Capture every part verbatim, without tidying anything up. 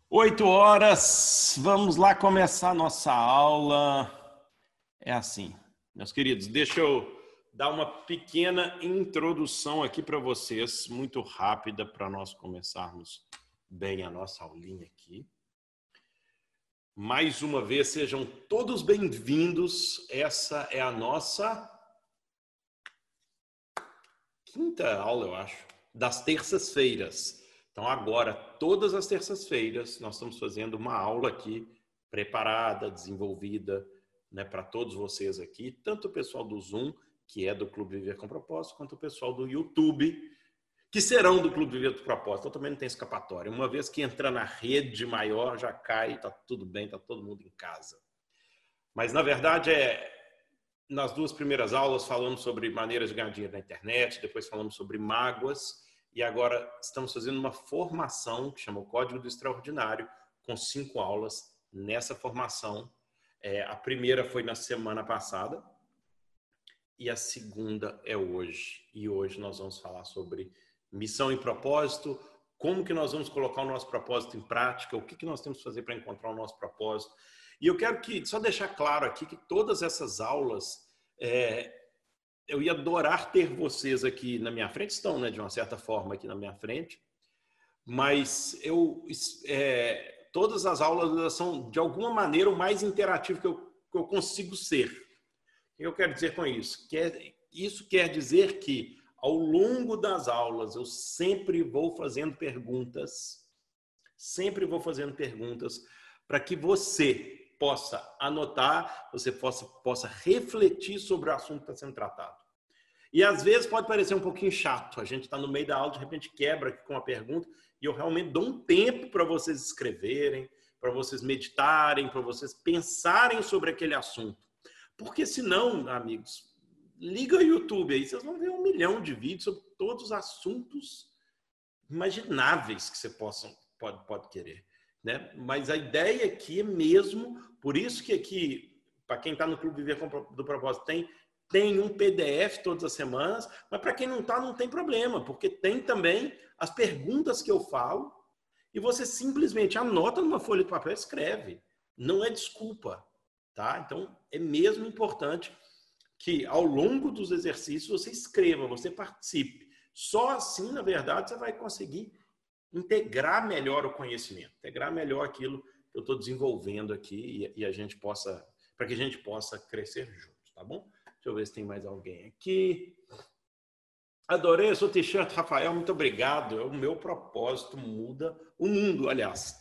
Oito horas, vamos lá começar a nossa aula. É assim, meus queridos, deixa eu dar uma pequena introdução aqui para vocês, muito rápida, para nós começarmos bem a nossa aulinha aqui. Mais uma vez, sejam todos bem-vindos. Essa é a nossa quinta aula, eu acho, das terças-feiras. Então, agora, todas as terças-feiras, nós estamos fazendo uma aula aqui, preparada, desenvolvida, né, para todos vocês aqui, tanto o pessoal do Zoom, que é do Clube Viver com Propósito, quanto o pessoal do YouTube, que serão do Clube Viver com Propósito. Então, também não tem escapatória. Uma vez que entra na rede maior, já cai, está tudo bem, está todo mundo em casa. Mas, na verdade, é... nas duas primeiras aulas falamos sobre maneiras de ganhar dinheiro na internet, depois falamos sobre mágoas, e agora estamos fazendo uma formação que chama o Código do Extraordinário, com cinco aulas nessa formação. É, a primeira foi na semana passada e a segunda é hoje. E hoje nós vamos falar sobre missão e propósito, como que nós vamos colocar o nosso propósito em prática, o que, que nós temos que fazer para encontrar o nosso propósito. E eu quero que, só deixar claro aqui que todas essas aulas, é, eu ia adorar ter vocês aqui na minha frente, estão, né, de uma certa forma aqui na minha frente, mas eu, é, todas as aulas são, de alguma maneira, o mais interativo que eu, que eu consigo ser. O que eu quero dizer com isso? Quer, isso quer dizer que, ao longo das aulas, eu sempre vou fazendo perguntas, sempre vou fazendo perguntas para que você possa anotar, você possa, possa refletir sobre o assunto que está sendo tratado. E às vezes pode parecer um pouquinho chato, a gente está no meio da aula, de repente quebra aqui com uma pergunta, e eu realmente dou um tempo para vocês escreverem, para vocês meditarem, para vocês pensarem sobre aquele assunto. Porque senão, amigos, liga o YouTube aí, vocês vão ver um milhão de vídeos sobre todos os assuntos imagináveis que você possam, pode, pode querer. Né? Mas a ideia aqui é mesmo, por isso que aqui, para quem está no Clube Viver do Propósito, tem, tem um P D F todas as semanas, mas para quem não está, não tem problema, porque tem também as perguntas que eu falo e você simplesmente anota numa folha de papel e escreve. Não é desculpa, tá? Então, é mesmo importante que ao longo dos exercícios você escreva, você participe. Só assim, na verdade, você vai conseguir integrar melhor o conhecimento, integrar melhor aquilo que eu estou desenvolvendo aqui e, e a gente possa, para que a gente possa crescer juntos, tá bom? Deixa eu ver se tem mais alguém aqui. Adorei o seu t-shirt, Rafael, muito obrigado. O meu propósito muda o mundo, aliás.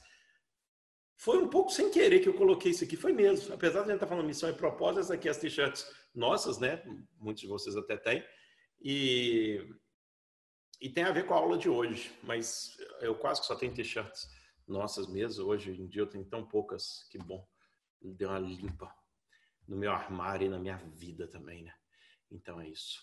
Foi um pouco sem querer que eu coloquei isso aqui, foi mesmo. Apesar de a gente estar falando missão e propósito, essas aqui as t-shirts nossas, né? Muitos de vocês até têm. E... E tem a ver com a aula de hoje, mas eu quase que só tenho t-shirts nossas mesmo. Hoje em dia eu tenho tão poucas, que bom. Deu uma limpa no meu armário e na minha vida também, né? Então é isso.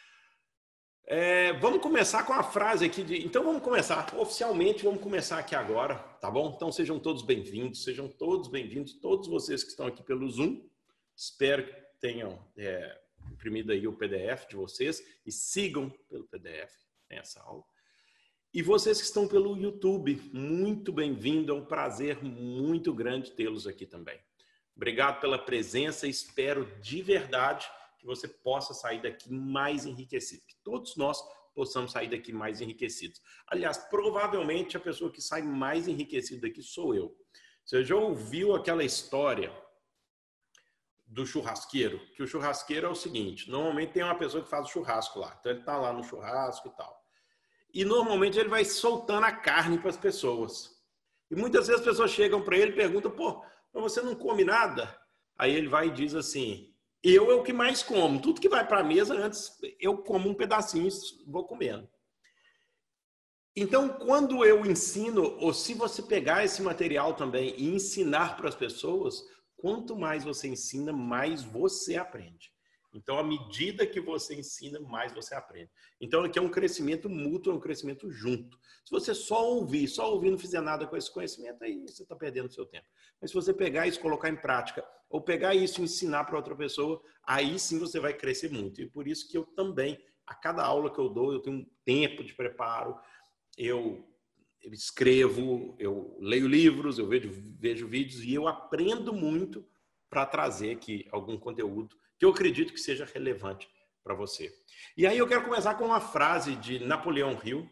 É, vamos começar com a frase aqui de... Então vamos começar, oficialmente vamos começar aqui agora, tá bom? Então sejam todos bem-vindos, sejam todos bem-vindos, todos vocês que estão aqui pelo Zoom. Espero que tenham é, imprimido aí o P D F de vocês e sigam pelo P D F. Essa aula. E vocês que estão pelo YouTube, muito bem-vindo, é um prazer muito grande tê-los aqui também. Obrigado pela presença, espero de verdade que você possa sair daqui mais enriquecido, que todos nós possamos sair daqui mais enriquecidos. Aliás, provavelmente a pessoa que sai mais enriquecida daqui sou eu. Você já ouviu aquela história do churrasqueiro? Que o churrasqueiro é o seguinte, normalmente tem uma pessoa que faz o churrasco lá, então ele está lá no churrasco e tal. E normalmente ele vai soltando a carne para as pessoas. E muitas vezes as pessoas chegam para ele e perguntam, pô, mas você não come nada? Aí ele vai e diz assim, eu é o que mais como. Tudo que vai para a mesa, antes eu como um pedacinho e vou comendo. Então, quando eu ensino, ou se você pegar esse material também e ensinar para as pessoas, quanto mais você ensina, mais você aprende. Então, à medida que você ensina, mais você aprende. Então, aqui é um crescimento mútuo, é um crescimento junto. Se você só ouvir, só ouvir, não fizer nada com esse conhecimento, aí você está perdendo o seu tempo. Mas se você pegar isso, colocar em prática, ou pegar isso e ensinar para outra pessoa, aí sim você vai crescer muito. E por isso que eu também, a cada aula que eu dou, eu tenho um tempo de preparo, eu, eu escrevo, eu leio livros, eu vejo, vejo vídeos e eu aprendo muito para trazer aqui algum conteúdo que eu acredito que seja relevante para você. E aí eu quero começar com uma frase de Napoleão Hill.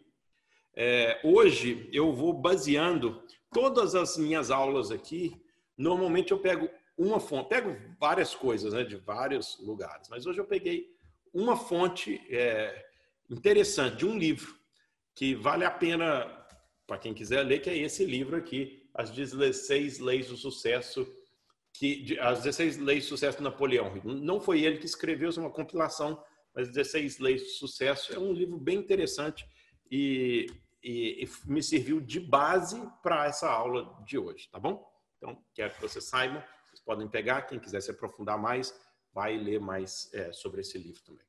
É, hoje eu vou baseando todas as minhas aulas aqui. Normalmente eu pego uma fonte, pego várias coisas, né, de vários lugares, mas hoje eu peguei uma fonte é, interessante de um livro que vale a pena para quem quiser ler, que é esse livro aqui, As dezesseis Leis do Sucesso, que, As dezesseis Leis do Sucesso de Napoleão Hill. Não foi ele que escreveu, é uma compilação, mas dezesseis Leis do Sucesso é um livro bem interessante e, e, e me serviu de base para essa aula de hoje, tá bom? Então, quero que vocês saibam, vocês podem pegar, quem quiser se aprofundar mais, vai ler mais é, sobre esse livro também.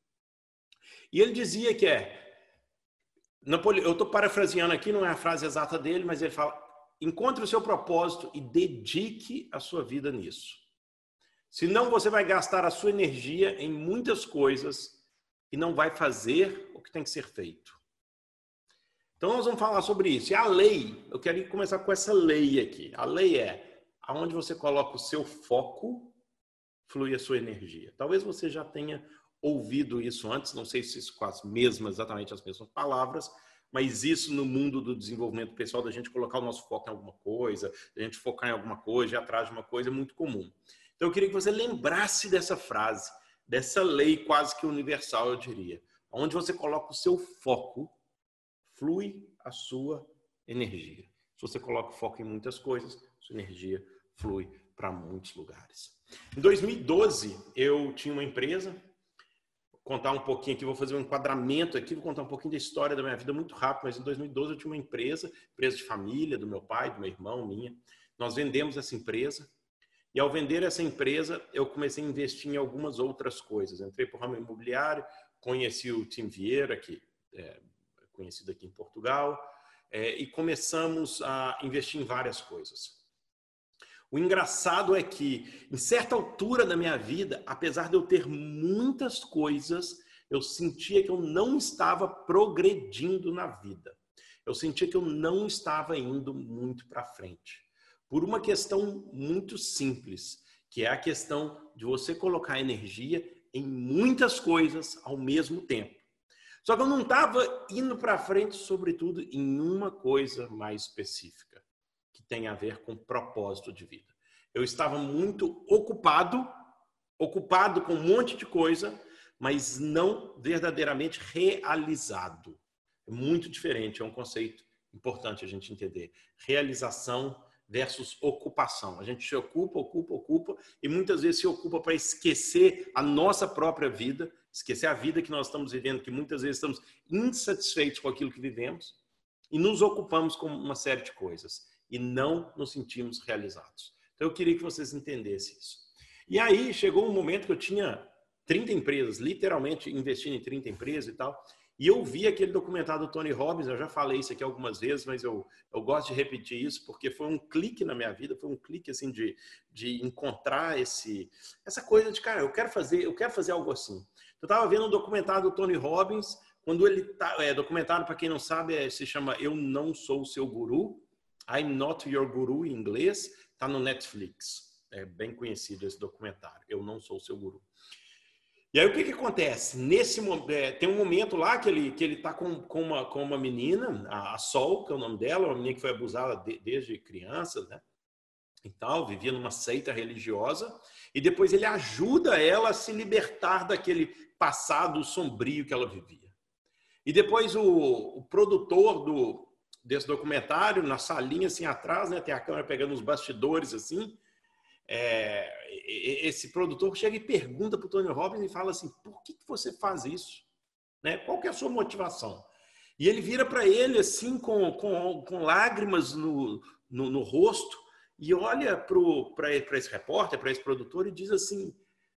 E ele dizia que é, Napoleão, eu estou parafraseando aqui, não é a frase exata dele, mas ele fala, encontre o seu propósito e dedique a sua vida nisso. Senão você vai gastar a sua energia em muitas coisas e não vai fazer o que tem que ser feito. Então nós vamos falar sobre isso. E a lei, eu quero começar com essa lei aqui. A lei é aonde você coloca o seu foco, flui a sua energia. Talvez você já tenha ouvido isso antes, não sei se isso com as mesmas, exatamente as mesmas palavras, mas isso no mundo do desenvolvimento pessoal, da gente colocar o nosso foco em alguma coisa, da gente focar em alguma coisa, ir atrás de uma coisa, é muito comum. Então eu queria que você lembrasse dessa frase, dessa lei quase que universal, eu diria. Onde você coloca o seu foco, flui a sua energia. Se você coloca o foco em muitas coisas, sua energia flui para muitos lugares. Em dois mil e doze, eu tinha uma empresa, vou contar um pouquinho aqui, vou fazer um enquadramento aqui, vou contar um pouquinho da história da minha vida muito rápido, mas em dois mil e doze eu tinha uma empresa, empresa de família, do meu pai, do meu irmão, minha. Nós vendemos essa empresa e ao vender essa empresa, eu comecei a investir em algumas outras coisas. Entrei para o ramo imobiliário, conheci o Tim Vieira, que é conhecido aqui em Portugal, é, e começamos a investir em várias coisas. O engraçado é que, em certa altura da minha vida, apesar de eu ter muitas coisas, eu sentia que eu não estava progredindo na vida. Eu sentia que eu não estava indo muito para frente. Por uma questão muito simples, que é a questão de você colocar energia em muitas coisas ao mesmo tempo. Só que eu não estava indo para frente, sobretudo, em uma coisa mais específica, que tem a ver com propósito de vida. Eu estava muito ocupado, ocupado com um monte de coisa, mas não verdadeiramente realizado. É muito diferente, é um conceito importante a gente entender. Realização versus ocupação. A gente se ocupa, ocupa, ocupa, e muitas vezes se ocupa para esquecer a nossa própria vida, esquecer a vida que nós estamos vivendo, que muitas vezes estamos insatisfeitos com aquilo que vivemos, e nos ocupamos com uma série de coisas, e não nos sentimos realizados. Então eu queria que vocês entendessem isso. E aí chegou um momento que eu tinha trinta empresas, literalmente investindo em trinta empresas e tal, e eu vi aquele documentário do Tony Robbins, eu já falei isso aqui algumas vezes, mas eu, eu gosto de repetir isso, porque foi um clique na minha vida, foi um clique assim de, de encontrar esse, essa coisa de, cara, eu quero fazer, eu quero fazer algo assim. Eu estava vendo um documentário do Tony Robbins, quando ele tá, é, documentário, para quem não sabe, é, se chama Eu Não Sou o Seu Guru, I'm Not Your Guru em inglês, está no Netflix, é bem conhecido esse documentário, Eu Não Sou o Seu Guru. E aí o que que acontece? Nesse é, tem um momento lá que ele que ele está com, com, uma, com uma menina, a, a Sol, que é o nome dela, uma menina que foi abusada de, desde criança, né? E tal, vivia numa seita religiosa, e depois ele ajuda ela a se libertar daquele passado sombrio que ela vivia. E depois o, o produtor do, desse documentário, na salinha assim atrás, né? Tem a câmera pegando os bastidores assim. É, esse produtor chega e pergunta para o Tony Robbins e fala assim, por que, que você faz isso? Né? Qual que é a sua motivação? E ele vira para ele assim com, com, com lágrimas no, no, no rosto e olha para esse repórter, para esse produtor e diz assim,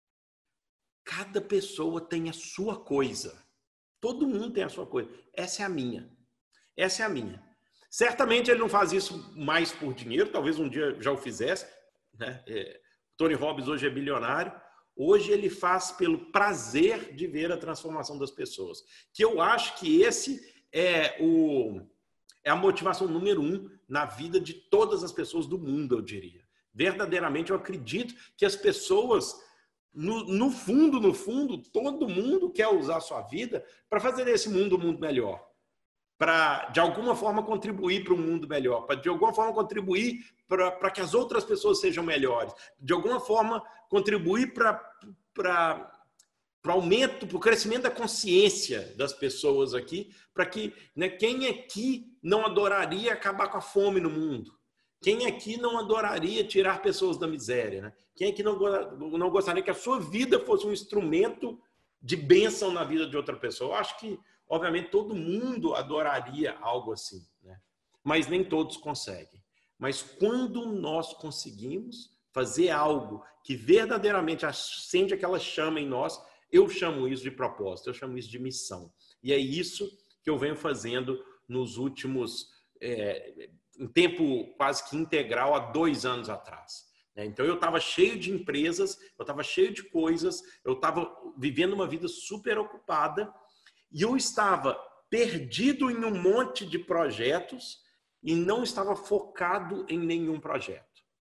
cada pessoa tem a sua coisa. Todo mundo tem a sua coisa. Essa é a minha. Essa é a minha. Certamente ele não faz isso mais por dinheiro, talvez um dia já o fizesse, né? É, Tony Robbins hoje é bilionário, hoje ele faz pelo prazer de ver a transformação das pessoas, que eu acho que esse é o, É a motivação número um na vida de todas as pessoas do mundo, eu diria. Verdadeiramente, eu acredito que as pessoas, no, no fundo, no fundo, todo mundo quer usar a sua vida para fazer desse mundo um mundo melhor. Para, de alguma forma, contribuir para um mundo melhor. Para, de alguma forma, contribuir para que as outras pessoas sejam melhores. De alguma forma, contribuir para... para para o aumento, para o crescimento da consciência das pessoas aqui, para que, né, quem aqui não adoraria acabar com a fome no mundo? Quem aqui não adoraria tirar pessoas da miséria? Né? Quem aqui não, não gostaria que a sua vida fosse um instrumento de bênção na vida de outra pessoa? Eu acho que, obviamente, todo mundo adoraria algo assim, né? Mas nem todos conseguem. Mas quando nós conseguimos fazer algo que verdadeiramente acende aquela chama em nós, eu chamo isso de propósito, eu chamo isso de missão. E é isso que eu venho fazendo nos últimos, é, em tempo quase que integral, há dois anos atrás. Então, eu estava cheio de empresas, eu estava cheio de coisas, eu estava vivendo uma vida super ocupada e eu estava perdido em um monte de projetos e não estava focado em nenhum projeto.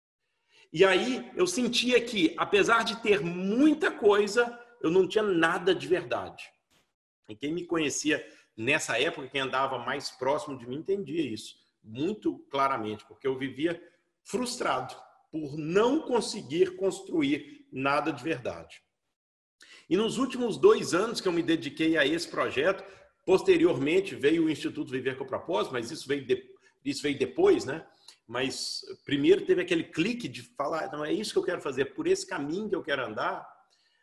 E aí, eu sentia que, apesar de ter muita coisa, eu não tinha nada de verdade. E quem me conhecia nessa época, quem andava mais próximo de mim, entendia isso muito claramente, porque eu vivia frustrado por não conseguir construir nada de verdade. E nos últimos dois anos que eu me dediquei a esse projeto, posteriormente veio o Instituto Viver com Propósito, mas isso veio, de, isso veio depois, né? Mas primeiro teve aquele clique de falar, não é isso que eu quero fazer, é por esse caminho que eu quero andar.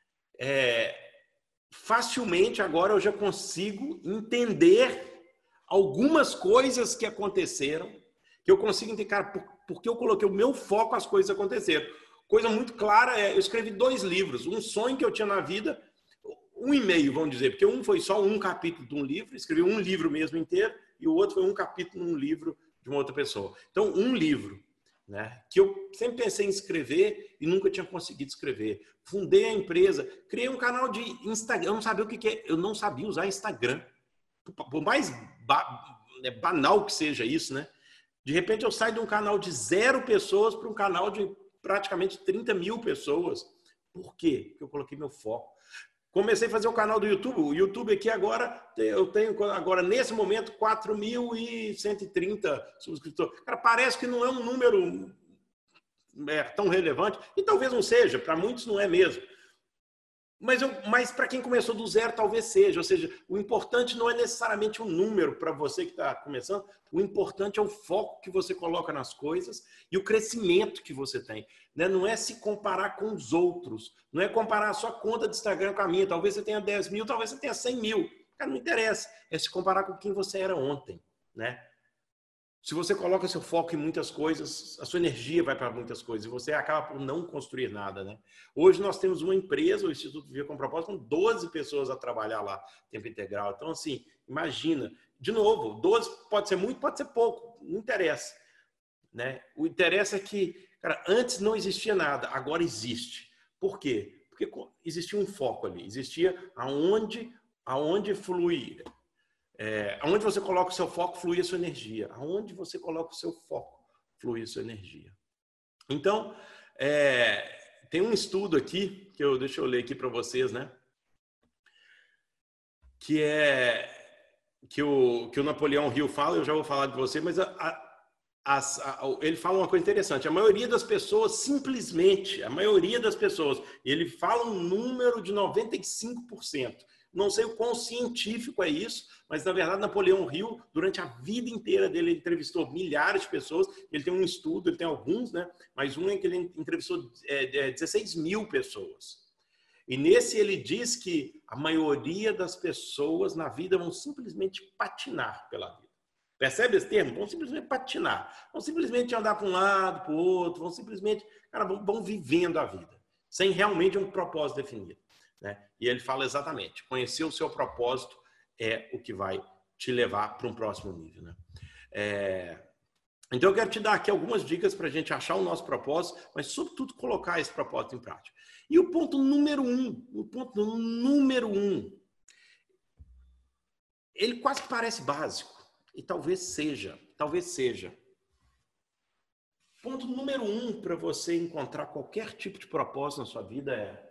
É, facilmente agora eu já consigo entender algumas coisas que aconteceram, que eu consigo entender, cara, por, porque eu coloquei o meu foco, as coisas aconteceram. Coisa muito clara é, eu escrevi dois livros, um sonho que eu tinha na vida, um e meio, vamos dizer, porque um foi só um capítulo de um livro, escrevi um livro mesmo inteiro, e o outro foi um capítulo num livro de uma outra pessoa. Então, um livro, né, que eu sempre pensei em escrever e nunca tinha conseguido escrever. Fundei a empresa, criei um canal de Instagram, eu não sabia o que é, eu não sabia usar Instagram. Por mais ba banal que seja isso, né? De repente eu saio de um canal de zero pessoas para um canal de praticamente trinta mil pessoas. Por quê? Porque eu coloquei meu foco. Comecei a fazer o canal do YouTube. O YouTube aqui agora, eu tenho agora nesse momento quatro mil cento e trinta subscritores. Cara, parece que não é um número é, tão relevante, e talvez não seja, para muitos não é mesmo. Mas, mas para quem começou do zero, talvez seja. Ou seja, o importante não é necessariamente um número para você que está começando. O importante é o foco que você coloca nas coisas e o crescimento que você tem. Né? Não é se comparar com os outros. Não é comparar a sua conta de Instagram com a minha. Talvez você tenha dez mil, talvez você tenha cem mil. Cara, não interessa. É se comparar com quem você era ontem. Né? Se você coloca seu foco em muitas coisas, a sua energia vai para muitas coisas e você acaba por não construir nada, né? Hoje nós temos uma empresa, o Instituto Viver com Propósito, com doze pessoas a trabalhar lá, tempo integral. Então, assim, imagina, de novo, doze pode ser muito, pode ser pouco, não interessa, né? O interesse é que, cara, antes não existia nada, agora existe. Por quê? Porque existia um foco ali, existia aonde, aonde flui... É, aonde você coloca o seu foco, flui a sua energia. Aonde você coloca o seu foco, flui a sua energia. Então, é, tem um estudo aqui, que eu, deixa eu ler aqui para vocês, né? Que é que o, que o Napoleão Hill fala, eu já vou falar de você, mas a, a, a, a, ele fala uma coisa interessante. A maioria das pessoas, simplesmente, a maioria das pessoas, ele fala um número de noventa e cinco por cento. Não sei o quão científico é isso, mas, na verdade, Napoleão Hill, durante a vida inteira dele, ele entrevistou milhares de pessoas. Ele tem um estudo, ele tem alguns, né? Mas um é que ele entrevistou é, dezesseis mil pessoas. E nesse ele diz que a maioria das pessoas na vida vão simplesmente patinar pela vida. Percebe esse termo? Vão simplesmente patinar. Vão simplesmente andar para um lado, para o outro. Vão simplesmente, cara, vão, vão vivendo a vida, sem realmente um propósito definido. Né? E ele fala exatamente, conhecer o seu propósito é o que vai te levar para um próximo nível. Né? É... Então eu quero te dar aqui algumas dicas para a gente achar o nosso propósito, mas sobretudo colocar esse propósito em prática. E o ponto número um, o ponto número um, ele quase que parece básico, E talvez seja, talvez seja. Ponto número um para você encontrar qualquer tipo de propósito na sua vida é: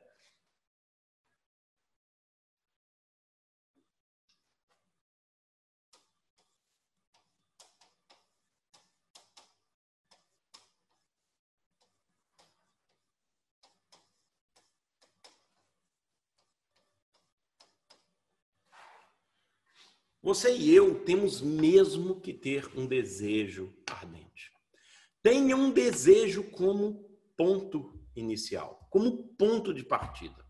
você e eu temos mesmo que ter um desejo ardente. Tenha um desejo como ponto inicial, como ponto de partida.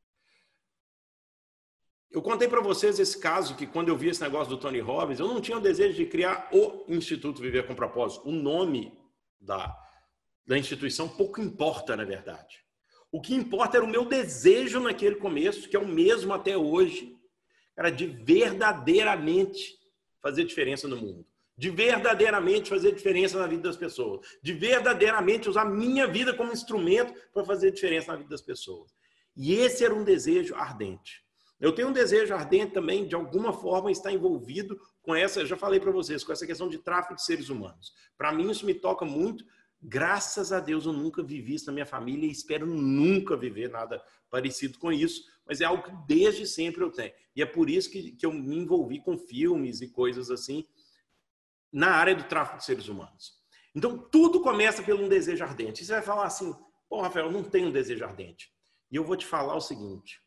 Eu contei para vocês esse caso que quando eu vi esse negócio do Tony Robbins, eu não tinha o desejo de criar o Instituto Viver com Propósito. O nome da, da instituição pouco importa, na verdade. O que importa era o meu desejo naquele começo, que é o mesmo até hoje, era de verdadeiramente fazer diferença no mundo. De verdadeiramente fazer diferença na vida das pessoas. De verdadeiramente usar minha vida como instrumento para fazer diferença na vida das pessoas. E esse era um desejo ardente. Eu tenho um desejo ardente também, de alguma forma, estar envolvido com essa, eu já falei para vocês, com essa questão de tráfico de seres humanos. Para mim, isso me toca muito. Graças a Deus, eu nunca vivi isso na minha família e espero nunca viver nada parecido com isso, mas é algo que desde sempre eu tenho. E é por isso que, que eu me envolvi com filmes e coisas assim na área do tráfico de seres humanos. Então, tudo começa pelo um desejo ardente. E você vai falar assim, pô, Rafael, eu não tenho um desejo ardente. E eu vou te falar o seguinte: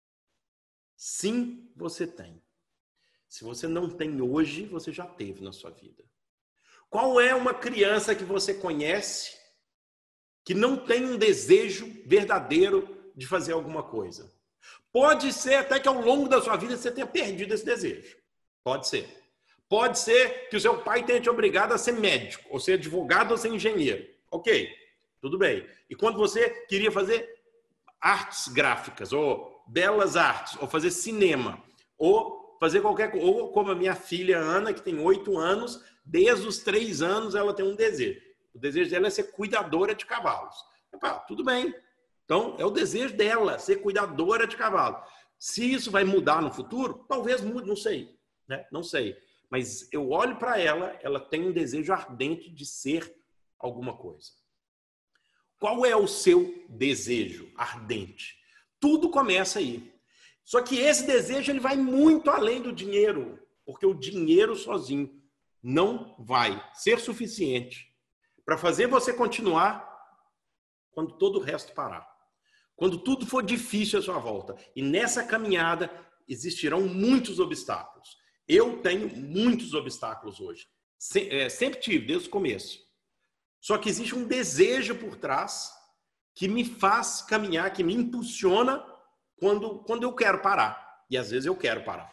sim, você tem. Se você não tem hoje, você já teve na sua vida. Qual é uma criança que você conhece que não tem um desejo verdadeiro de fazer alguma coisa? Pode ser até que ao longo da sua vida você tenha perdido esse desejo. Pode ser. Pode ser que o seu pai tenha te obrigado a ser médico, ou ser advogado, ou ser engenheiro. Ok, tudo bem. E quando você queria fazer artes gráficas, ou belas artes, ou fazer cinema, ou fazer qualquer coisa, ou como a minha filha Ana, que tem oito anos, desde os três anos ela tem um desejo. O desejo dela é ser cuidadora de cavalos. Epá, tudo bem. Então, é o desejo dela, ser cuidadora de cavalo. Se isso vai mudar no futuro, talvez mude, não sei. Né? Não sei. Mas eu olho para ela, ela tem um desejo ardente de ser alguma coisa. Qual é o seu desejo ardente? Tudo começa aí. Só que esse desejo ele vai muito além do dinheiro, porque o dinheiro sozinho não vai ser suficiente para fazer você continuar quando todo o resto parar. Quando tudo for difícil à sua volta. E nessa caminhada existirão muitos obstáculos. Eu tenho muitos obstáculos hoje. Sempre tive, desde o começo. Só que existe um desejo por trás que me faz caminhar, que me impulsiona quando, quando eu quero parar. E às vezes eu quero parar.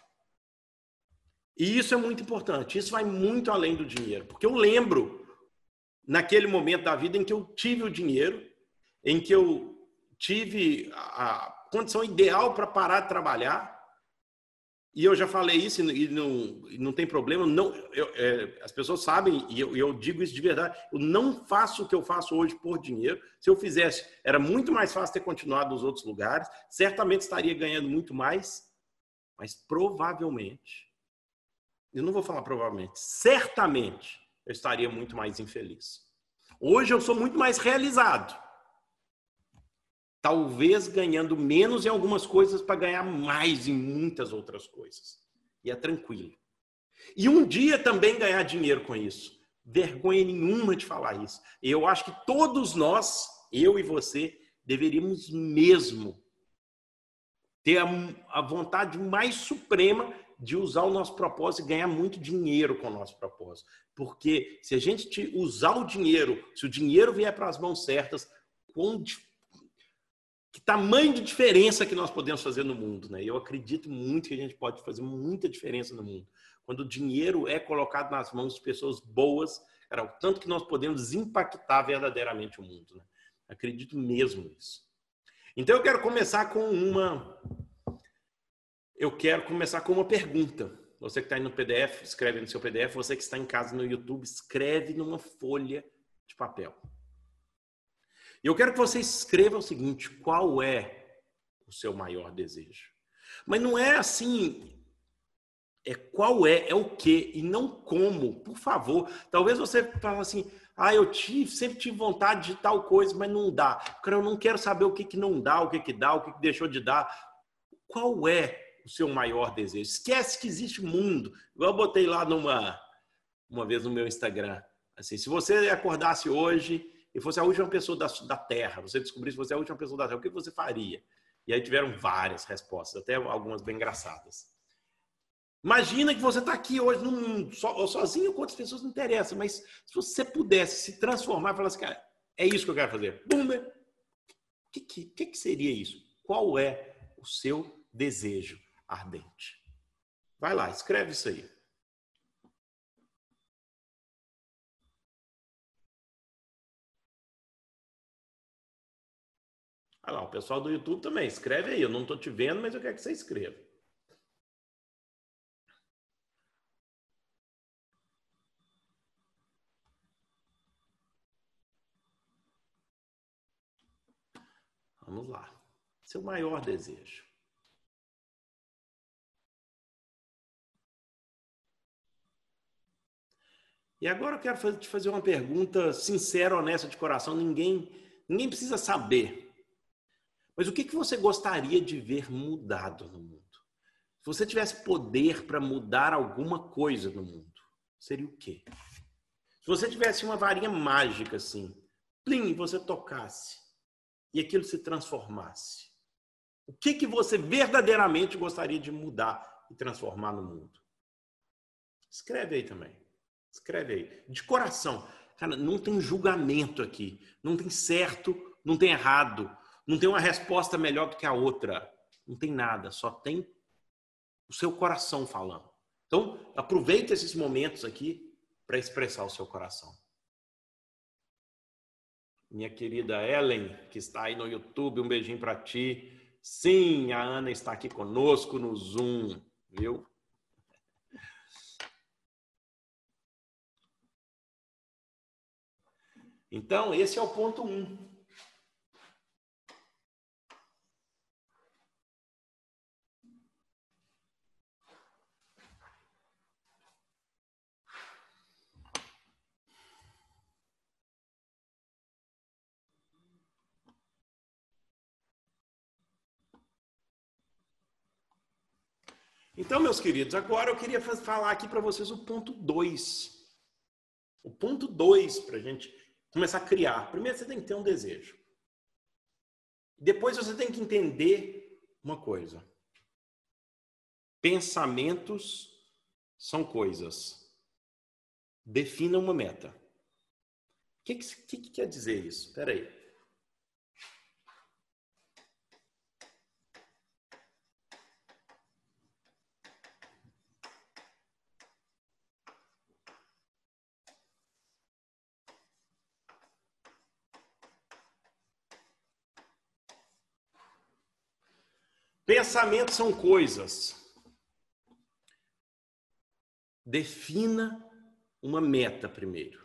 E isso é muito importante. Isso vai muito além do dinheiro. Porque eu lembro, naquele momento da vida em que eu tive o dinheiro, em que eu tive a condição ideal para parar de trabalhar. E eu já falei isso e não, e não tem problema. Não, eu, é, as pessoas sabem, e eu, eu digo isso de verdade, eu não faço o que eu faço hoje por dinheiro. Se eu fizesse, era muito mais fácil ter continuado nos outros lugares. Certamente estaria ganhando muito mais, mas provavelmente, eu não vou falar provavelmente, certamente eu estaria muito mais infeliz. Hoje eu sou muito mais realizado. Talvez ganhando menos em algumas coisas para ganhar mais em muitas outras coisas. E é tranquilo. E um dia também ganhar dinheiro com isso. Vergonha nenhuma de falar isso. Eu acho que todos nós, eu e você, deveríamos mesmo ter a vontade mais suprema de usar o nosso propósito e ganhar muito dinheiro com o nosso propósito. Porque se a gente usar o dinheiro, se o dinheiro vier para as mãos certas, com que tamanho de diferença que nós podemos fazer no mundo, né? Eu acredito muito que a gente pode fazer muita diferença no mundo. Quando o dinheiro é colocado nas mãos de pessoas boas, cara, o tanto que nós podemos impactar verdadeiramente o mundo, né? Acredito mesmo nisso. Então eu quero começar com uma... Eu quero começar com uma pergunta. Você que está aí no P D F, escreve no seu P D F. Você que está em casa no YouTube, escreve numa folha de papel. Eu quero que você escreva o seguinte: qual é o seu maior desejo? Mas não é assim, É qual é, é o quê e não como, por favor. Talvez você fale assim, ah, eu tive, sempre tive vontade de tal coisa, mas não dá. Cara, eu não quero saber o que, que não dá, o que, que dá, o que, que deixou de dar. Qual é o seu maior desejo? Esquece que existe mundo. Igual eu botei lá numa, uma vez no meu Instagram. Assim, se você acordasse hoje e fosse a última pessoa da, da Terra, você descobrisse que você é a última pessoa da Terra, o que você faria? E aí tiveram várias respostas, até algumas bem engraçadas. Imagina que você está aqui hoje no mundo, so, sozinho com outras pessoas, não interessa, mas se você pudesse se transformar e falar assim, cara, é isso que eu quero fazer. Bum, o que, que, que seria isso? Qual é o seu desejo ardente? Vai lá, escreve isso aí. Olha lá, o pessoal do YouTube também, escreve aí. Eu não estou te vendo, mas eu quero que você escreva. Vamos lá. Seu maior desejo. E agora eu quero te fazer uma pergunta sincera, honesta, de coração. Ninguém, ninguém precisa saber. Mas o que, que você gostaria de ver mudado no mundo? Se você tivesse poder para mudar alguma coisa no mundo, seria o quê? Se você tivesse uma varinha mágica assim, plim, e você tocasse, e aquilo se transformasse, o que, que você verdadeiramente gostaria de mudar e transformar no mundo? Escreve aí também. Escreve aí. De coração. Cara, não tem julgamento aqui. Não tem certo, não tem errado. Não tem uma resposta melhor do que a outra. Não tem nada. Só tem o seu coração falando. Então, aproveita esses momentos aqui para expressar o seu coração. Minha querida Ellen, que está aí no YouTube, um beijinho para ti. Sim, a Ana está aqui conosco no Zoom, viu? Então, esse é o ponto um. Então, meus queridos, agora eu queria falar aqui para vocês o ponto dois. O ponto dois para a gente começar a criar. Primeiro você tem que ter um desejo. Depois você tem que entender uma coisa. Pensamentos são coisas. Defina uma meta. O que, que, que quer dizer isso? Espera aí. Pensamentos são coisas. Defina uma meta primeiro.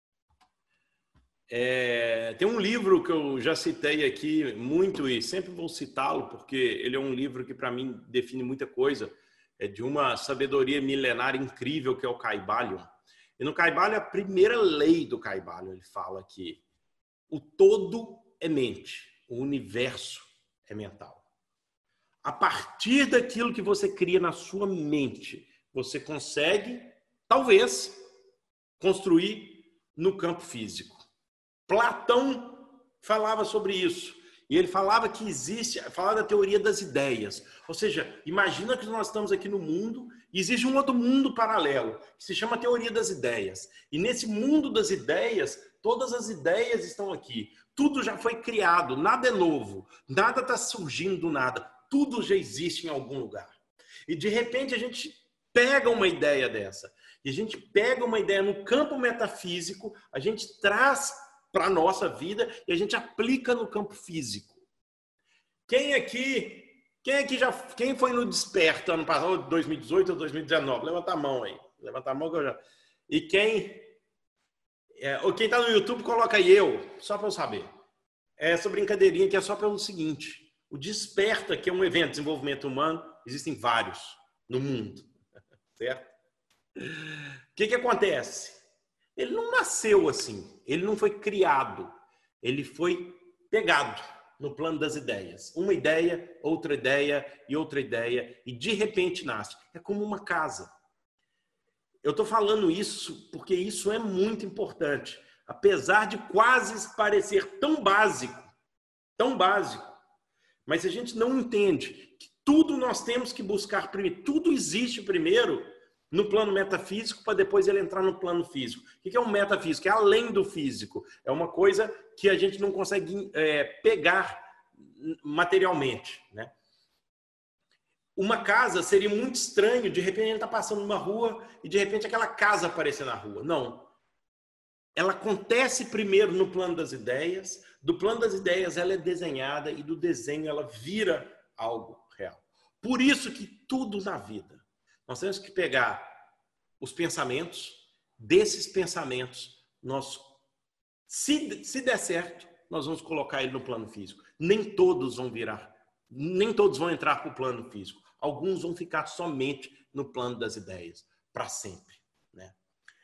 É, tem um livro que eu já citei aqui muito e sempre vou citá-lo porque ele é um livro que para mim define muita coisa. É de uma sabedoria milenar incrível que é o Kybalion. E no Kybalion, a primeira lei do Kybalion, ele fala que o todo é mente, o universo é mental. A partir daquilo que você cria na sua mente, você consegue, talvez, construir no campo físico. Platão falava sobre isso. E ele falava que existe, falava da teoria das ideias. Ou seja, imagina que nós estamos aqui no mundo e existe um outro mundo paralelo, que se chama teoria das ideias. E nesse mundo das ideias, todas as ideias estão aqui. Tudo já foi criado, nada é novo, nada está surgindo do nada. Tudo já existe em algum lugar. E de repente a gente pega uma ideia dessa. E a gente pega uma ideia no campo metafísico, a gente traz para a nossa vida e a gente aplica no campo físico. Quem aqui, quem aqui já, quem foi no Desperta ano passado, dois mil e dezoito ou dois mil e dezenove? Levanta a mão aí. Levanta a mão que eu já... E quem... É, ou quem está no YouTube, coloca aí eu, só para eu saber. É essa brincadeirinha que é só pelo seguinte. O Desperta, que é um evento de desenvolvimento humano, existem vários no mundo. certo? O que que acontece? Ele não nasceu assim, ele não foi criado, ele foi pegado no plano das ideias. Uma ideia, outra ideia e outra ideia, e de repente nasce. É como uma casa. Eu estou falando isso porque isso é muito importante. Apesar de quase parecer tão básico, tão básico, mas se a gente não entende que tudo nós temos que buscar primeiro, tudo existe primeiro no plano metafísico para depois ele entrar no plano físico. O que é um metafísico? É além do físico. É uma coisa que a gente não consegue é, pegar materialmente, né? Uma casa seria muito estranho, de repente a gente está passando numa rua e de repente aquela casa aparecer na rua. Não. Ela acontece primeiro no plano das ideias, do plano das ideias ela é desenhada e do desenho ela vira algo real. Por isso que tudo na vida, nós temos que pegar os pensamentos, desses pensamentos, nós, se, se der certo, nós vamos colocar ele no plano físico. Nem todos vão virar, nem todos vão entrar para o plano físico. Alguns vão ficar somente no plano das ideias, para sempre, né?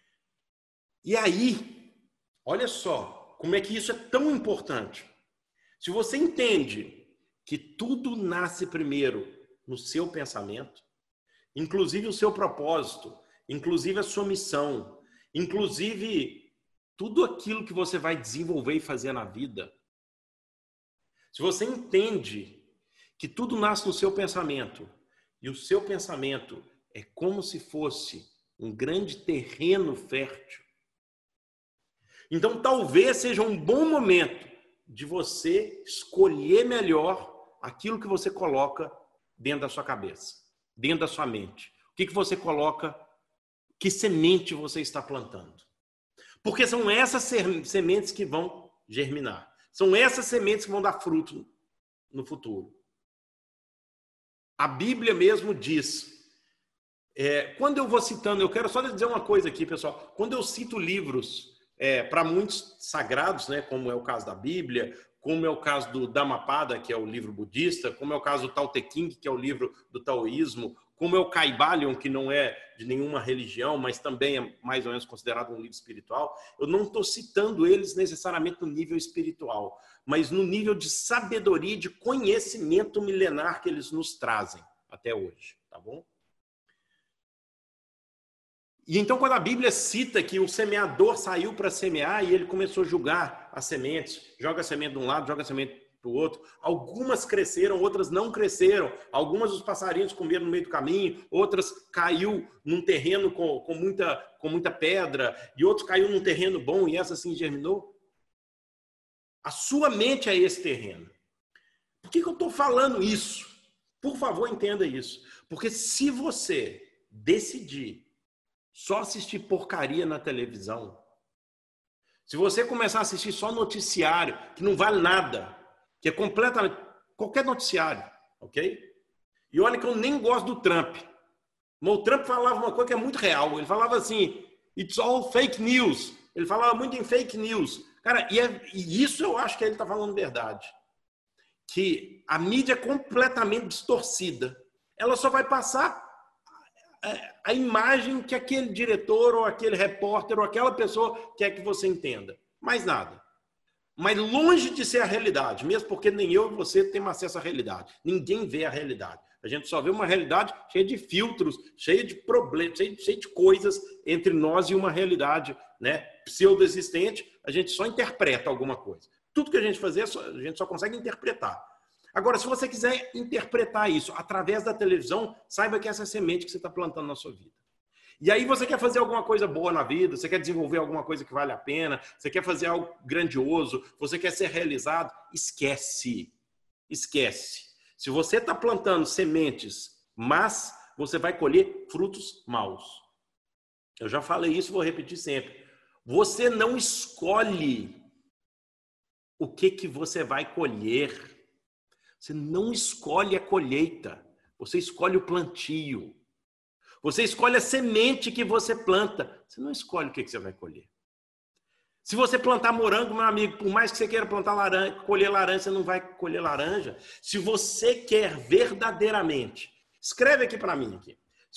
E aí, olha só, como é que isso é tão importante. Se você entende que tudo nasce primeiro no seu pensamento, inclusive o seu propósito, inclusive a sua missão, inclusive tudo aquilo que você vai desenvolver e fazer na vida. Se você entende que tudo nasce no seu pensamento e o seu pensamento é como se fosse um grande terreno fértil, então talvez seja um bom momento de você escolher melhor aquilo que você coloca dentro da sua cabeça, dentro da sua mente. O que que você coloca, que semente você está plantando. Porque são essas sementes que vão germinar. São essas sementes que vão dar fruto no futuro. A Bíblia mesmo diz, é, quando eu vou citando, eu quero só dizer uma coisa aqui, pessoal. Quando eu cito livros, é, para muitos sagrados, né, como é o caso da Bíblia, como é o caso do Dhammapada, que é o livro budista, como é o caso do Tao Te Ching, que é o livro do taoísmo, como é o Kybalion, que não é de nenhuma religião, mas também é mais ou menos considerado um livro espiritual, eu não estou citando eles necessariamente no nível espiritual, mas no nível de sabedoria e de conhecimento milenar que eles nos trazem até hoje, tá bom? E então, quando a Bíblia cita que o semeador saiu para semear e ele começou a julgar as sementes, joga a semente de um lado, joga a semente do outro, algumas cresceram, outras não cresceram, algumas os passarinhos comeram no meio do caminho, outras caiu num terreno com, com, muita, com muita pedra, e outros caiu num terreno bom e essa assim germinou. A sua mente é esse terreno. Por que que eu estou falando isso? Por favor, entenda isso. Porque se você decidir só assistir porcaria na televisão, se você começar a assistir só noticiário, que não vale nada, que é completamente, qualquer noticiário, ok? E olha que eu nem gosto do Trump. Mas o Trump falava uma coisa que é muito real. Ele falava assim, it's all fake news. Ele falava muito em fake news. Cara, e, é, e isso eu acho que ele está falando verdade. Que a mídia é completamente distorcida. Ela só vai passar a imagem que aquele diretor ou aquele repórter ou aquela pessoa quer que você entenda. Mais nada. Mas longe de ser a realidade, mesmo porque nem eu e você temos acesso à realidade. Ninguém vê a realidade. A gente só vê uma realidade cheia de filtros, cheia de problemas, cheia de, cheia de coisas entre nós e uma realidade, né, pseudo-existente. A gente só interpreta alguma coisa. Tudo que a gente fazer, a gente só consegue interpretar. Agora, se você quiser interpretar isso através da televisão, saiba que essa é a semente que você está plantando na sua vida. E aí você quer fazer alguma coisa boa na vida, você quer desenvolver alguma coisa que vale a pena, você quer fazer algo grandioso, você quer ser realizado, esquece. Esquece. Se você está plantando sementes mas você vai colher frutos maus. Eu já falei isso, vou repetir sempre. Você não escolhe o que que você vai colher. Você não escolhe a colheita, você escolhe o plantio. Você escolhe a semente que você planta, você não escolhe o que você vai colher. Se você plantar morango, meu amigo, por mais que você queira plantar laranja, colher laranja, você não vai colher laranja. Se você quer verdadeiramente, escreve aqui para mim aqui.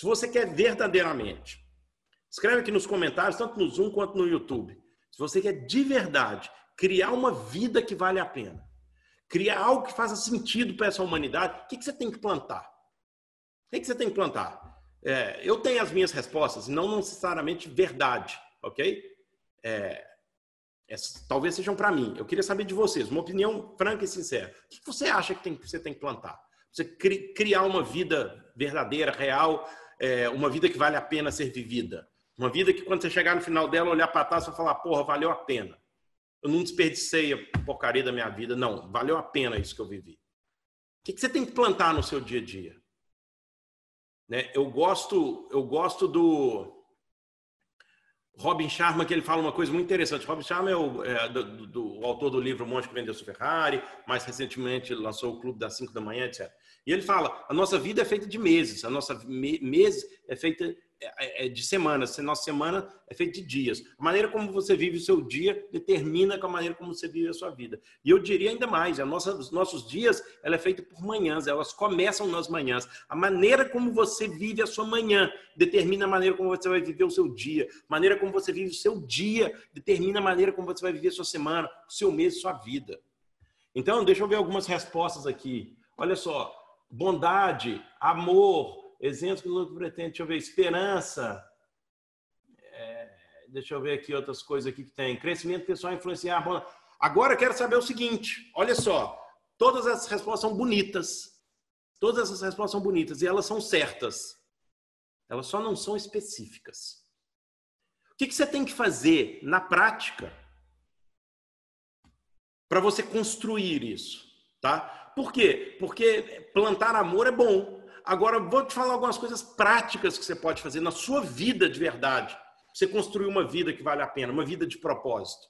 Se você quer verdadeiramente, escreve aqui nos comentários, tanto no Zoom quanto no YouTube. Se você quer de verdade criar uma vida que vale a pena, criar algo que faça sentido para essa humanidade, o que, que você tem que plantar? O que, que você tem que plantar? É, eu tenho as minhas respostas, não necessariamente verdade, ok? É, é, talvez sejam para mim. Eu queria saber de vocês, uma opinião franca e sincera. O que, que você acha que, tem, que você tem que plantar? Você cri, criar uma vida verdadeira, real, é, uma vida que vale a pena ser vivida. Uma vida que quando você chegar no final dela, olhar para trás e falar, porra, valeu a pena. Eu não desperdicei a porcaria da minha vida. Não, valeu a pena isso que eu vivi. O que, que você tem que plantar no seu dia a dia? Né? Eu gosto, eu gosto do Robin Sharma, que ele fala uma coisa muito interessante. Robin Sharma é o, é, do, do, o autor do livro O Monge que Vendeu Sua Ferrari, mais recentemente ele lançou o Clube das cinco da manhã, etcétera. E ele fala, a nossa vida é feita de meses, a nossa me, mês é feita é, é de semanas, a nossa semana é feita de dias. A maneira como você vive o seu dia determina com a maneira como você vive a sua vida. E eu diria ainda mais, a nossa, os nossos dias ela é feita por manhãs, elas começam nas manhãs. A maneira como você vive a sua manhã determina a maneira como você vai viver o seu dia. A maneira como você vive o seu dia determina a maneira como você vai viver a sua semana, o seu mês, a sua vida. Então, deixa eu ver algumas respostas aqui. Olha só, bondade, amor, exemplos que o outro pretende, deixa eu ver, esperança, é, deixa eu ver aqui outras coisas aqui que tem, crescimento pessoal, influenciar. Bom, agora eu quero saber o seguinte, olha só, todas essas respostas são bonitas, todas essas respostas são bonitas e elas são certas, elas só não são específicas. O que, que você tem que fazer na prática para você construir isso, tá? Por quê? Porque plantar amor é bom. Agora, vou te falar algumas coisas práticas que você pode fazer na sua vida de verdade. Você construir uma vida que vale a pena, uma vida de propósito.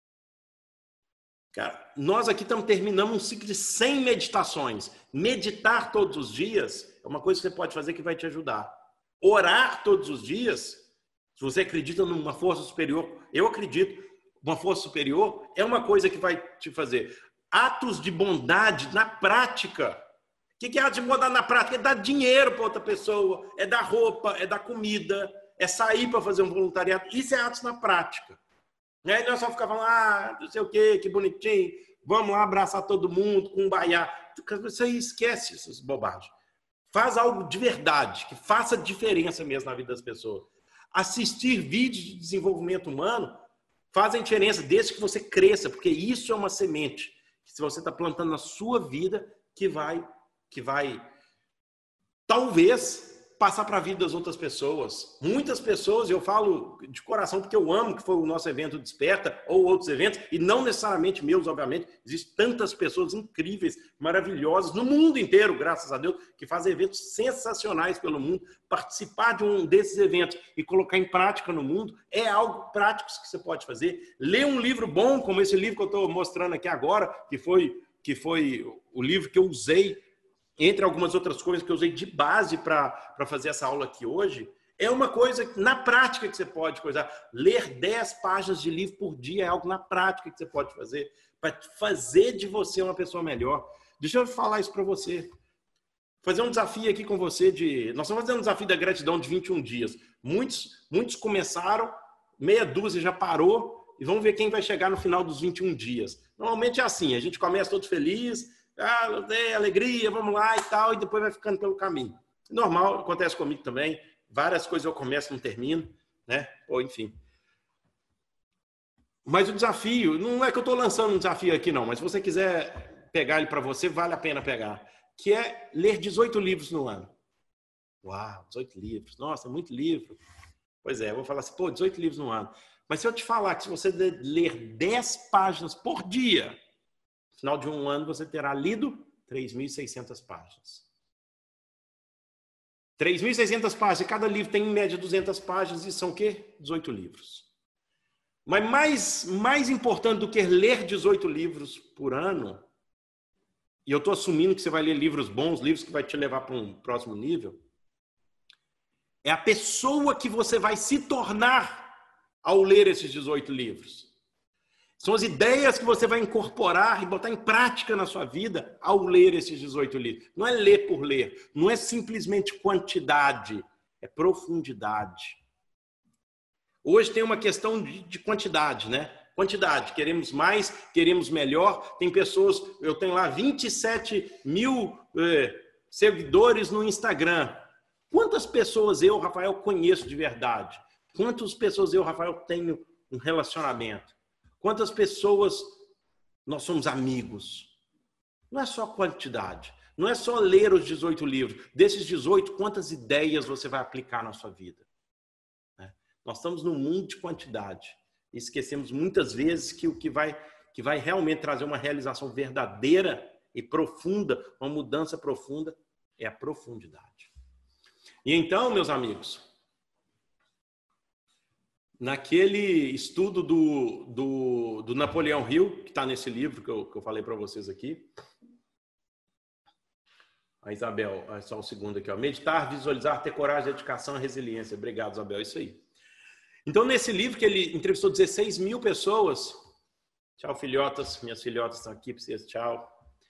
Cara, nós aqui estamos terminando um ciclo de cem meditações. Meditar todos os dias é uma coisa que você pode fazer que vai te ajudar. Orar todos os dias, se você acredita numa força superior, eu acredito, uma força superior é uma coisa que vai te fazer. Atos de bondade na prática. O que é ato de bondade na prática? É dar dinheiro para outra pessoa, é dar roupa, é dar comida, é sair para fazer um voluntariado. Isso é atos na prática. Não é só ficar falando, ah, não sei o quê, que bonitinho, vamos lá abraçar todo mundo com um baiá. Você esquece essas bobagens. Faz algo de verdade, que faça diferença mesmo na vida das pessoas. Assistir vídeos de desenvolvimento humano fazem diferença desde que você cresça, porque isso é uma semente que se você está plantando na sua vida, que vai, que vai talvez passar para a vida das outras pessoas. Muitas pessoas, eu falo de coração porque eu amo, que foi o nosso evento Desperta, ou outros eventos, e não necessariamente meus, obviamente. Existem tantas pessoas incríveis, maravilhosas, no mundo inteiro, graças a Deus, que fazem eventos sensacionais pelo mundo. Participar de um desses eventos e colocar em prática no mundo é algo prático que você pode fazer. Ler um livro bom, como esse livro que eu estou mostrando aqui agora, que foi, que foi o livro que eu usei, entre algumas outras coisas que eu usei de base para fazer essa aula aqui hoje, é uma coisa na prática que você pode coisar. Ler dez páginas de livro por dia é algo na prática que você pode fazer para fazer de você uma pessoa melhor. Deixa eu falar isso para você. Fazer um desafio aqui com você de... Nós estamos fazendo um desafio da gratidão de vinte e um dias. Muitos, muitos começaram, meia dúzia já parou e vamos ver quem vai chegar no final dos vinte e um dias. Normalmente é assim, a gente começa todo feliz... Ah, alegria, vamos lá e tal, e depois vai ficando pelo caminho. Normal, acontece comigo também. Várias coisas eu começo e não termino, né? Ou enfim. Mas o desafio, não é que eu estou lançando um desafio aqui não, mas se você quiser pegar ele para você, vale a pena pegar. Que é ler dezoito livros no ano. Uau, dezoito livros. Nossa, é muito livro. Pois é, eu vou falar assim, pô, dezoito livros no ano. Mas se eu te falar que se você ler dez páginas por dia, no final de um ano, você terá lido três mil e seiscentas páginas. três mil e seiscentas páginas. Cada livro tem, em média, duzentas páginas. E são o quê? dezoito livros. Mas mais, mais importante do que ler dezoito livros por ano, e eu estou assumindo que você vai ler livros bons, livros que vai te levar para um próximo nível, é a pessoa que você vai se tornar ao ler esses dezoito livros. São as ideias que você vai incorporar e botar em prática na sua vida ao ler esses dezoito livros. Não é ler por ler, não é simplesmente quantidade, é profundidade. Hoje tem uma questão de, de quantidade, né? Quantidade, queremos mais, queremos melhor. Tem pessoas, eu tenho lá vinte e sete mil eh, seguidores no Instagram. Quantas pessoas eu, Rafael, conheço de verdade? Quantas pessoas eu, Rafael, tenho um relacionamento? Quantas pessoas nós somos amigos? Não é só quantidade, não é só ler os dezoito livros. Desses dezoito, quantas ideias você vai aplicar na sua vida? Nós estamos num mundo de quantidade. E esquecemos muitas vezes que o que vai, que vai realmente trazer uma realização verdadeira e profunda, uma mudança profunda, é a profundidade. E então, meus amigos, naquele estudo do, do, do Napoleão Hill, que está nesse livro que eu, que eu falei para vocês aqui, a Isabel, é só um segundo aqui, ó. Meditar, visualizar, ter coragem, dedicação e resiliência. Obrigado, Isabel, é isso aí. Então, nesse livro que ele entrevistou dezesseis mil pessoas, tchau, filhotas, minhas filhotas estão aqui para vocês, tchau.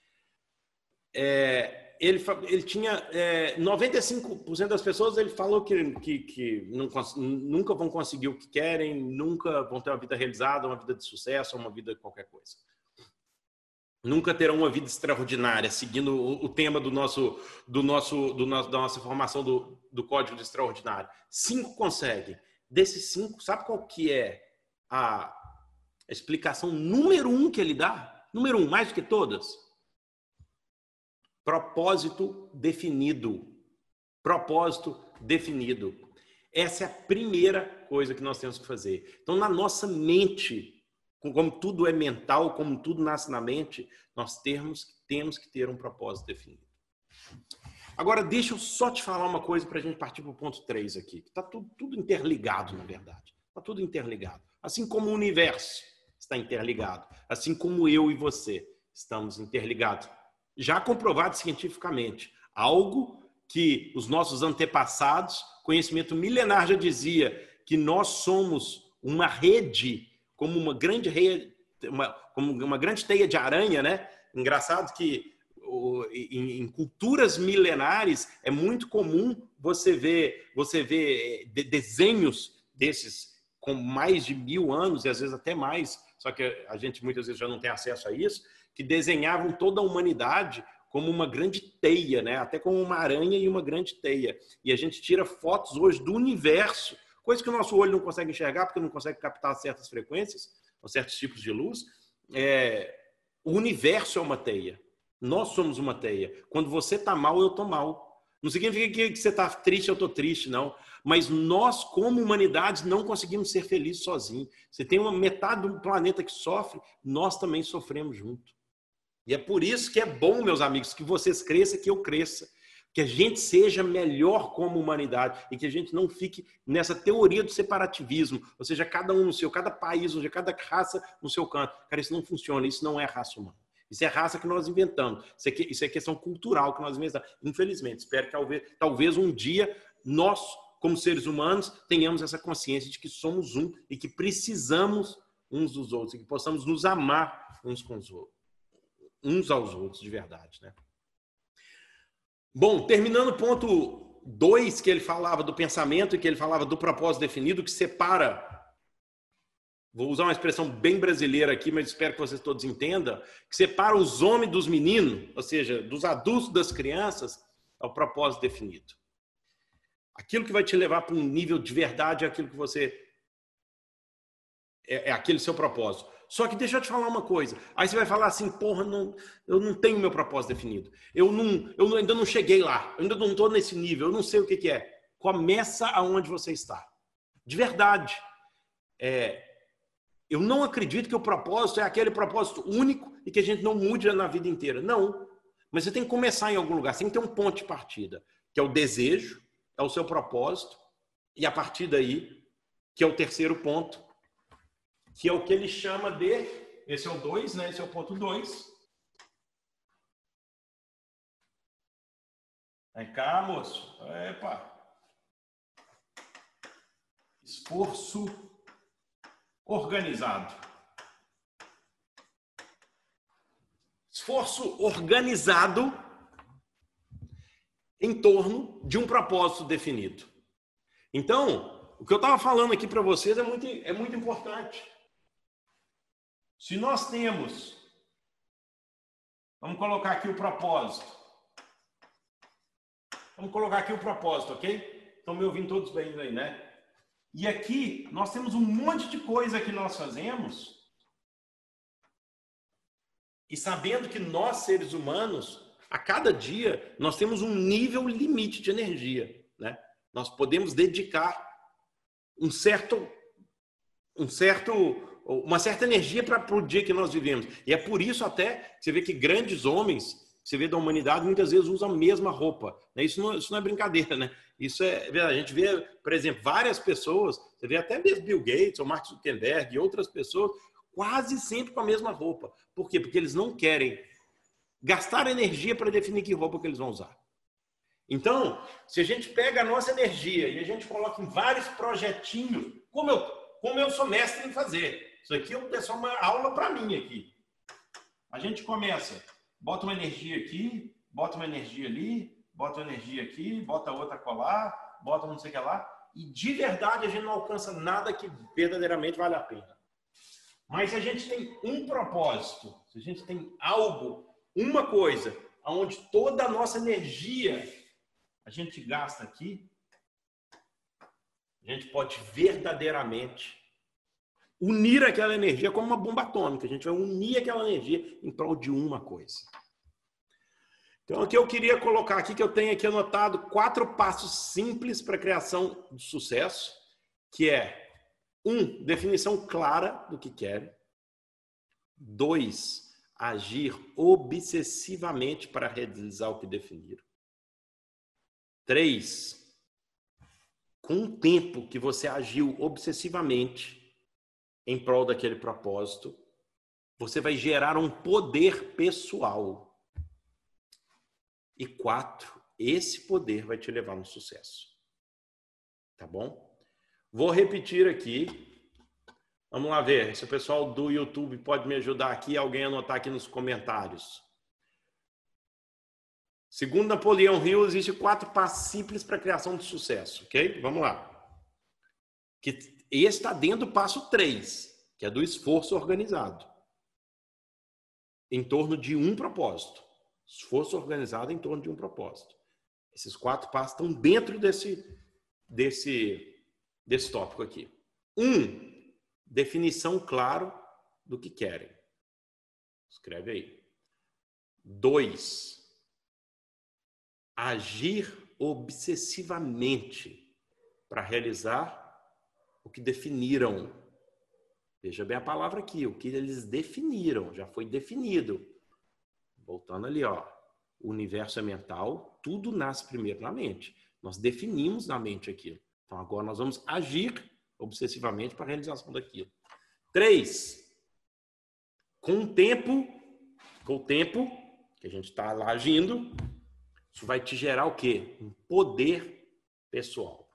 É, ele, ele tinha é, noventa e cinco por cento das pessoas, ele falou que, que, que não, nunca vão conseguir o que querem, nunca vão ter uma vida realizada, uma vida de sucesso, uma vida de qualquer coisa. Nunca terão uma vida extraordinária, seguindo o, o tema do nosso, do nosso, do nosso, da nossa formação do, do Código de Extraordinário. Cinco conseguem. Desses cinco, sabe qual que é a explicação número um que ele dá? Número um, mais do que todas. Propósito definido. Propósito definido. Essa é a primeira coisa que nós temos que fazer. Então, na nossa mente, como tudo é mental, como tudo nasce na mente, nós temos, temos que ter um propósito definido. Agora, deixa eu só te falar uma coisa para a gente partir para o ponto três aqui. Está tudo, tudo interligado, na verdade. Está tudo interligado. Assim como o universo está interligado. Assim como eu e você estamos interligados. Já comprovado cientificamente. Algo que os nossos antepassados, conhecimento milenar já dizia, que nós somos uma rede, como uma grande rede, uma, como uma grande teia de aranha, né? Engraçado que em culturas milenares é muito comum você ver, você ver desenhos desses com mais de mil anos e às vezes até mais, só que a gente muitas vezes já não tem acesso a isso, que desenhavam toda a humanidade como uma grande teia, né? Até como uma aranha e uma grande teia. E a gente tira fotos hoje do universo, coisa que o nosso olho não consegue enxergar porque não consegue captar certas frequências ou certos tipos de luz. É... O universo é uma teia. Nós somos uma teia. Quando você está mal, eu estou mal. Não significa que você está triste, eu estou triste, não. Mas nós, como humanidade, não conseguimos ser felizes sozinhos. Você tem uma metade do planeta que sofre, nós também sofremos junto. E é por isso que é bom, meus amigos, que vocês cresçam, que eu cresça. Que a gente seja melhor como humanidade e que a gente não fique nessa teoria do separativismo. Ou seja, cada um no seu, cada país, ou seja, cada raça no seu canto. Cara, isso não funciona, isso não é raça humana. Isso é raça que nós inventamos. Isso é, que, isso é questão cultural que nós inventamos. Infelizmente, espero que talvez, talvez um dia nós, como seres humanos, tenhamos essa consciência de que somos um e que precisamos uns dos outros e que possamos nos amar uns com os outros, uns aos outros de verdade, né? Bom, terminando o ponto dois, que ele falava do pensamento e que ele falava do propósito definido, que separa. Vou usar uma expressão bem brasileira aqui, mas espero que vocês todos entendam, que separa os homens dos meninos, ou seja, dos adultos das crianças, é o propósito definido. Aquilo que vai te levar para um nível de verdade é aquilo que você... É, é aquele seu propósito. Só que deixa eu te falar uma coisa. Aí você vai falar assim, porra, não, eu não tenho meu propósito definido. Eu, não, eu ainda não cheguei lá. Eu ainda não estou nesse nível. Eu não sei o que, que é. Começa aonde você está. De verdade. É... Eu não acredito que o propósito é aquele propósito único e que a gente não mude na vida inteira. Não. Mas você tem que começar em algum lugar. Você tem que ter um ponto de partida, que é o desejo, é o seu propósito, e a partir daí, que é o terceiro ponto, que é o que ele chama de... Esse é o dois, né? Esse é o ponto dois. Vem cá, moço. Epa. Esforço organizado. Esforço organizado em torno de um propósito definido. Então, o que eu estava falando aqui para vocês é muito, é muito importante. Se nós temos, vamos colocar aqui o propósito. Vamos colocar aqui o propósito, ok? Estão me ouvindo todos bem aí, né? E aqui nós temos um monte de coisa que nós fazemos. E sabendo que nós, seres humanos, a cada dia, nós temos um nível limite de energia, né? Nós podemos dedicar um certo, um certo, uma certa energia para o dia que nós vivemos. E é por isso até que você vê que grandes homens, você vê da humanidade, muitas vezes usam a mesma roupa. Isso não, isso não é brincadeira, né? Isso é, a gente vê, por exemplo, várias pessoas, você vê até mesmo Bill Gates, ou Mark Zuckerberg e outras pessoas, quase sempre com a mesma roupa. Por quê? Porque eles não querem gastar energia para definir que roupa que eles vão usar. Então, se a gente pega a nossa energia e a gente coloca em vários projetinhos, como eu, como eu sou mestre em fazer, isso aqui é só uma aula para mim aqui. A gente começa, bota uma energia aqui, bota uma energia ali, bota uma energia aqui, bota outra colar, bota não sei o que lá, e de verdade a gente não alcança nada que verdadeiramente vale a pena. Mas se a gente tem um propósito, se a gente tem algo, uma coisa, onde toda a nossa energia a gente gasta aqui, a gente pode verdadeiramente unir aquela energia como uma bomba atômica. A gente vai unir aquela energia em prol de uma coisa. Então, o que eu queria colocar aqui, que eu tenho aqui anotado quatro passos simples para a criação de sucesso, que é, um, definição clara do que querem. Dois, agir obsessivamente para realizar o que definiram. Três, com o tempo que você agiu obsessivamente em prol daquele propósito, você vai gerar um poder pessoal. E quatro, esse poder vai te levar no sucesso. Tá bom? Vou repetir aqui. Vamos lá ver se o pessoal do YouTube pode me ajudar aqui, alguém anotar aqui nos comentários. Segundo Napoleão Hill, existem quatro passos simples para a criação de sucesso, ok? Vamos lá. Que esse está dentro do passo três, que é do esforço organizado. Em torno de um propósito. Esforço organizado em torno de um propósito. Esses quatro passos estão dentro desse, desse, desse tópico aqui. Um, definição clara do que querem. Escreve aí. Dois, agir obsessivamente para realizar o que definiram. Veja bem a palavra aqui, o que eles definiram, já foi definido. Voltando ali, ó, o universo é mental, tudo nasce primeiro na mente. Nós definimos na mente aquilo. Então agora nós vamos agir obsessivamente para a realização daquilo. Três, com o tempo, com o tempo que a gente está lá agindo, isso vai te gerar o quê? Um poder pessoal.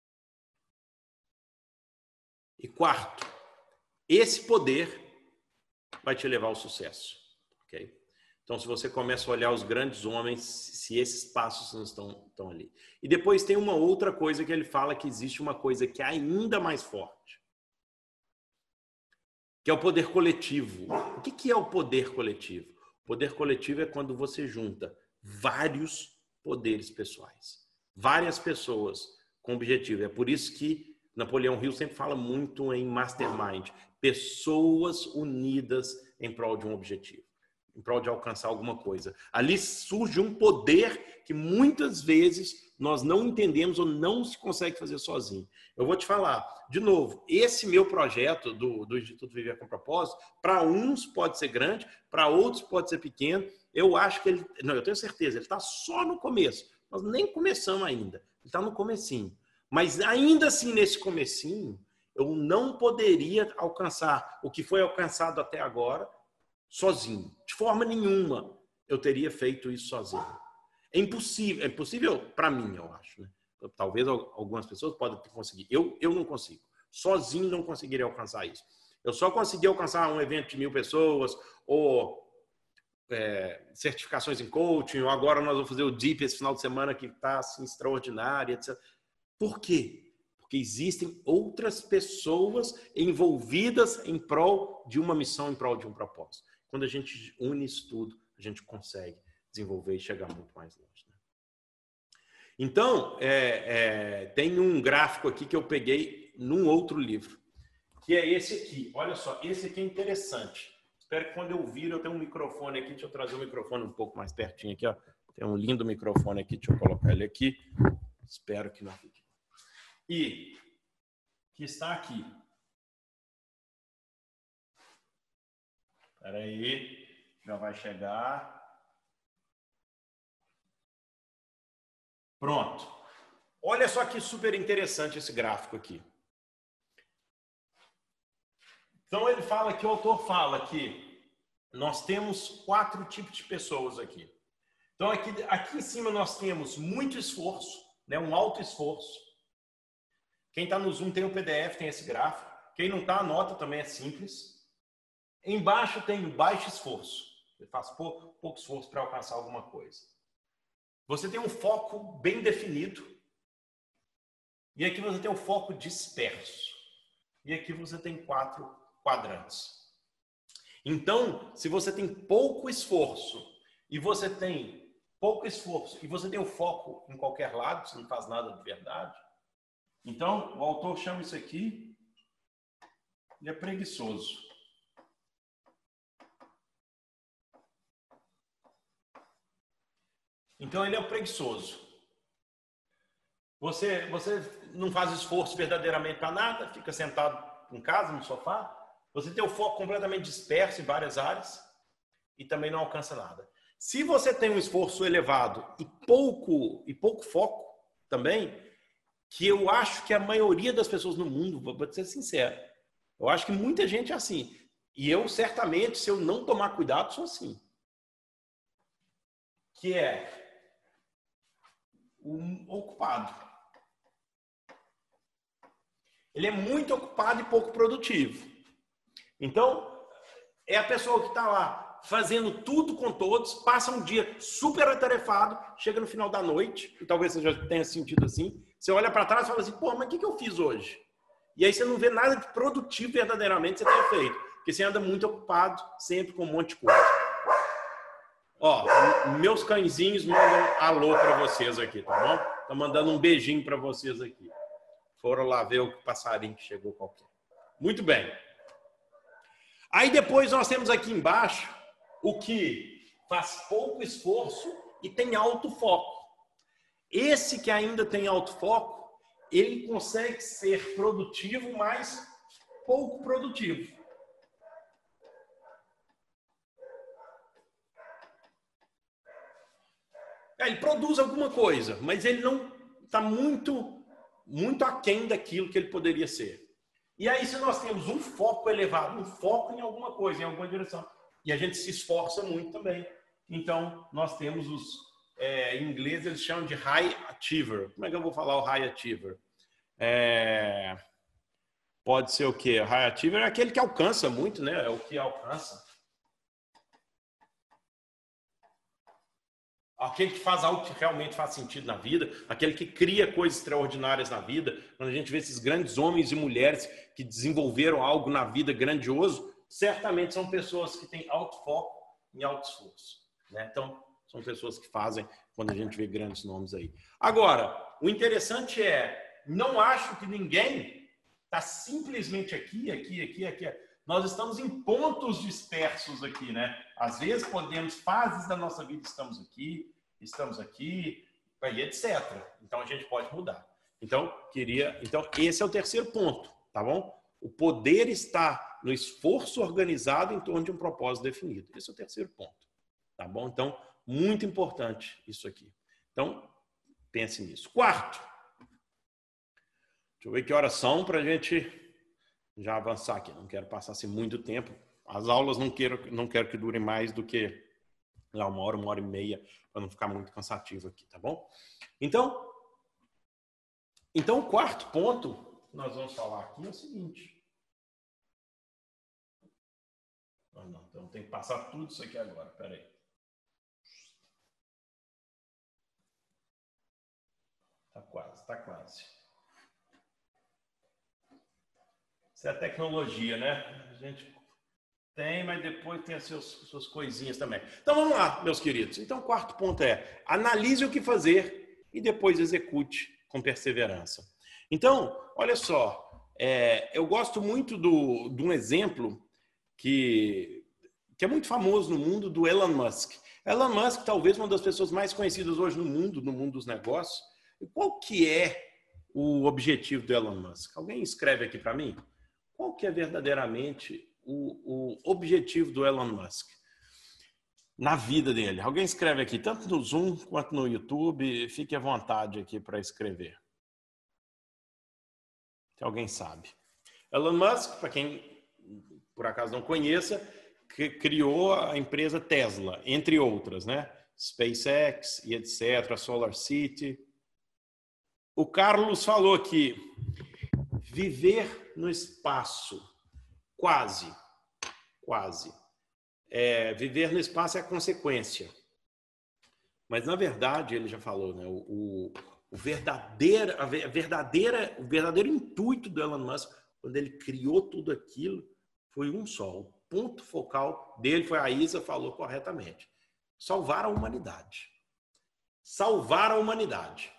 E quarto, esse poder vai te levar ao sucesso. Ok? Então, se você começa a olhar os grandes homens, se esses passos não estão, estão ali. E depois tem uma outra coisa que ele fala, que existe uma coisa que é ainda mais forte, que é o poder coletivo. O que, que é o poder coletivo? O poder coletivo é quando você junta vários poderes pessoais, várias pessoas com objetivo. É por isso que Napoleão Hill sempre fala muito em mastermind, pessoas unidas em prol de um objetivo, em prol de alcançar alguma coisa. Ali surge um poder que muitas vezes nós não entendemos ou não se consegue fazer sozinho. Eu vou te falar, de novo, esse meu projeto do, do Instituto Viver com Propósito, para uns pode ser grande, para outros pode ser pequeno. Eu acho que ele, não, eu tenho certeza, ele está só no começo. Nós nem começamos ainda, ele está no comecinho. Mas ainda assim, nesse comecinho, eu não poderia alcançar o que foi alcançado até agora sozinho. De forma nenhuma eu teria feito isso sozinho. É impossível, é impossível para mim, eu acho, né? Talvez algumas pessoas podem conseguir. Eu, eu não consigo. Sozinho não conseguiria alcançar isso. Eu só consegui alcançar um evento de mil pessoas, ou é, certificações em coaching, ou agora nós vamos fazer o Deep esse final de semana que está assim, extraordinário, etcétera. Por quê? Porque existem outras pessoas envolvidas em prol de uma missão, em prol de um propósito. Quando a gente une isso tudo, a gente consegue desenvolver e chegar muito mais longe. Né? Então, é, é, tem um gráfico aqui que eu peguei num outro livro, que é esse aqui. Olha só, esse aqui é interessante. Espero que quando eu vir, eu tenho um microfone aqui. Deixa eu trazer o microfone um pouco mais pertinho aqui. Ó. Tem um lindo microfone aqui, deixa eu colocar ele aqui. Espero que não fique. E que está aqui. Espera aí, já vai chegar. Pronto. Olha só que super interessante esse gráfico aqui. Então ele fala que o autor fala que nós temos quatro tipos de pessoas aqui. Então aqui, aqui em cima nós temos muito esforço, né, um alto esforço. Quem está no Zoom tem o P D F, tem esse gráfico. Quem não está, anota, também é simples. Embaixo tem o baixo esforço. Você faz pouco, pouco esforço para alcançar alguma coisa. Você tem um foco bem definido. E aqui você tem o foco disperso. E aqui você tem quatro quadrantes. Então, se você tem pouco esforço e você tem pouco esforço e você tem o foco em qualquer lado, você não faz nada de verdade, então o autor chama isso aqui, ele é preguiçoso. Então ele é o preguiçoso. Você, você não faz esforço verdadeiramente para nada, fica sentado em casa, no sofá. Você tem o foco completamente disperso em várias áreas e também não alcança nada. Se você tem um esforço elevado e pouco, e pouco foco também, que eu acho que a maioria das pessoas no mundo, vou ser sincero, eu acho que muita gente é assim. E eu, certamente, se eu não tomar cuidado, sou assim. Que é um ocupado. Ele é muito ocupado e pouco produtivo. Então, é a pessoa que está lá fazendo tudo com todos, passa um dia super atarefado, chega no final da noite, e talvez você já tenha sentido assim, você olha para trás e fala assim, pô, mas o que, que eu fiz hoje? E aí você não vê nada de produtivo verdadeiramente que você tenha feito, porque você anda muito ocupado, sempre com um monte de coisa. Ó, meus cãezinhos mandam alô para vocês aqui, tá bom? Estão mandando um beijinho para vocês aqui. Foram lá ver o passarinho que chegou qualquer. Muito bem. Aí depois nós temos aqui embaixo o que faz pouco esforço e tem alto foco. Esse que ainda tem alto foco, ele consegue ser produtivo, mas pouco produtivo. Ele produz alguma coisa, mas ele não está muito, muito aquém daquilo que ele poderia ser. E aí, se nós temos um foco elevado, um foco em alguma coisa, em alguma direção, e a gente se esforça muito também, então nós temos os, é, em inglês eles chamam de high achiever. Como é que eu vou falar o high achiever? É, pode ser o quê? High achiever é aquele que alcança muito, né? É o que alcança. Aquele que faz algo que realmente faz sentido na vida, aquele que cria coisas extraordinárias na vida. Quando a gente vê esses grandes homens e mulheres que desenvolveram algo na vida grandioso, certamente são pessoas que têm alto foco e alto esforço. Né? Então, são pessoas que fazem quando a gente vê grandes nomes aí. Agora, o interessante é, não acho que ninguém está simplesmente aqui, aqui, aqui, aqui. Nós estamos em pontos dispersos aqui, né? Às vezes podemos, fases da nossa vida estamos aqui, estamos aqui, e etcétera. Então a gente pode mudar. Então, queria, então esse é o terceiro ponto, tá bom? O poder está no esforço organizado em torno de um propósito definido. Esse é o terceiro ponto, tá bom? Então, muito importante isso aqui. Então, pense nisso. Quarto, deixa eu ver que horas são para a gente já avançar aqui. Não quero passar assim muito tempo. As aulas não quero, não quero que durem mais do que lá uma hora, uma hora e meia, para não ficar muito cansativo aqui, tá bom? Então, então o quarto ponto que nós vamos falar aqui é o seguinte. Ah, não, então tem que passar tudo isso aqui agora, peraí. Tá quase, tá quase. Isso é a tecnologia, né? A gente tem, mas depois tem as suas, suas coisinhas também. Então vamos lá, meus queridos. Então o quarto ponto é: analise o que fazer e depois execute com perseverança. Então, olha só, é, eu gosto muito do, de um exemplo que, que é muito famoso no mundo, do Elon Musk. Elon Musk, talvez uma das pessoas mais conhecidas hoje no mundo, no mundo dos negócios. E qual que é o objetivo do Elon Musk? Alguém escreve aqui para mim? Qual que é verdadeiramente o, o objetivo do Elon Musk na vida dele? Alguém escreve aqui, tanto no Zoom quanto no YouTube. Fique à vontade aqui para escrever. Se alguém sabe. Elon Musk, para quem por acaso não conheça, que criou a empresa Tesla, entre outras, né? SpaceX e etcétera, SolarCity. O Carlos falou aqui, viver no espaço, quase, quase. É, viver no espaço é a consequência. Mas, na verdade, ele já falou, né? O, o, o, verdadeiro, a verdadeira, o verdadeiro intuito do Elon Musk, quando ele criou tudo aquilo, foi um só. O ponto focal dele foi, a Isa falou corretamente, salvar a humanidade. Salvar a humanidade.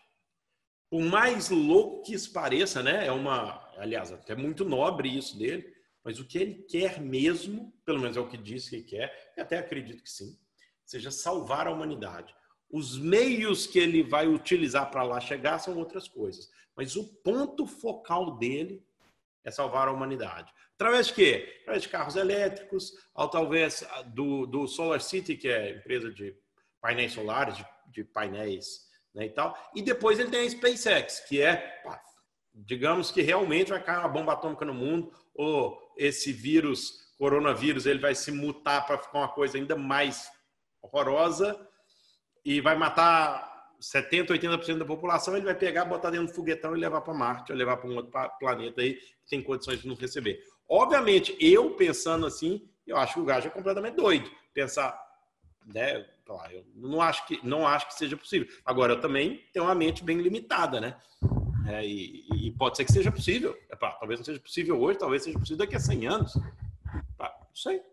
Por mais louco que isso pareça, né? É uma, aliás, até muito nobre isso dele, mas o que ele quer mesmo, pelo menos é o que diz que quer, e até acredito que sim, seja salvar a humanidade. Os meios que ele vai utilizar para lá chegar são outras coisas, mas o ponto focal dele é salvar a humanidade. Através de quê? Através de carros elétricos, ou talvez do, do SolarCity, que é a empresa de painéis solares, de, de painéis, né, e tal. E depois ele tem a SpaceX, que é, pá, digamos que realmente vai cair uma bomba atômica no mundo, ou esse vírus, coronavírus, ele vai se mutar para ficar uma coisa ainda mais horrorosa e vai matar setenta, oitenta por cento da população. Ele vai pegar, botar dentro do foguetão e levar para Marte, ou levar para um outro planeta aí que tem condições de não receber. Obviamente, eu pensando assim, eu acho que o gajo é completamente doido. Pensar, né? Eu não acho que, não acho que seja possível. Agora, eu também tenho uma mente bem limitada, né? É, e, e pode ser que seja possível. Epá, talvez não seja possível hoje, talvez seja possível daqui a cem anos. Epá, não sei.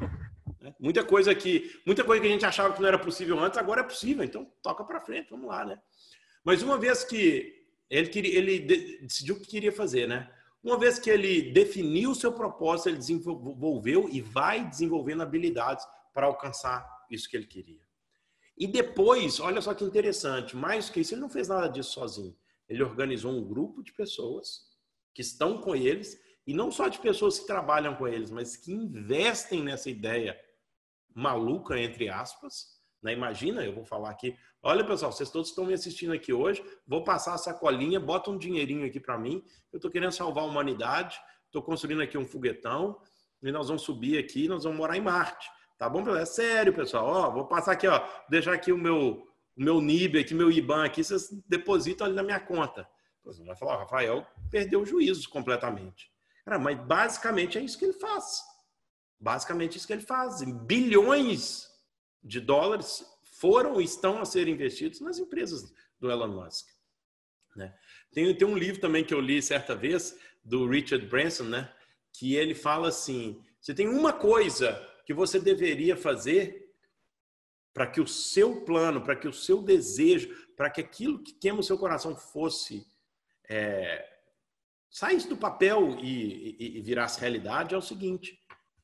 Né? Muita coisa que, muita coisa que a gente achava que não era possível antes, agora é possível. Então, toca para frente, vamos lá, né? Mas uma vez que ele, queria, ele decidiu o que queria fazer, né? Uma vez que ele definiu o seu propósito, ele desenvolveu e vai desenvolvendo habilidades para alcançar isso que ele queria. E depois, olha só que interessante, mais que isso, ele não fez nada disso sozinho. Ele organizou um grupo de pessoas que estão com eles, e não só de pessoas que trabalham com eles, mas que investem nessa ideia maluca, entre aspas. Né? Imagina, eu vou falar aqui, olha pessoal, vocês todos estão me assistindo aqui hoje, vou passar a sacolinha, bota um dinheirinho aqui para mim, eu estou querendo salvar a humanidade, estou construindo aqui um foguetão, e nós vamos subir aqui, nós vamos morar em Marte. Tá bom, pessoal? É sério, pessoal. Ó, vou passar aqui, ó, deixar aqui o meu, o meu N I B aqui, meu I B A N aqui, vocês depositam ali na minha conta. Você vai falar, Rafael perdeu o juízo completamente. Cara, mas basicamente é isso que ele faz. Basicamente é isso que ele faz. Bilhões de dólares foram e estão a ser investidos nas empresas do Elon Musk. Né? Tem, tem um livro também que eu li certa vez, do Richard Branson, né? Que ele fala assim, você tem uma coisa que você deveria fazer para que o seu plano, para que o seu desejo, para que aquilo que queima o seu coração fosse, é, saísse do papel e, e, e virasse realidade, é o seguinte: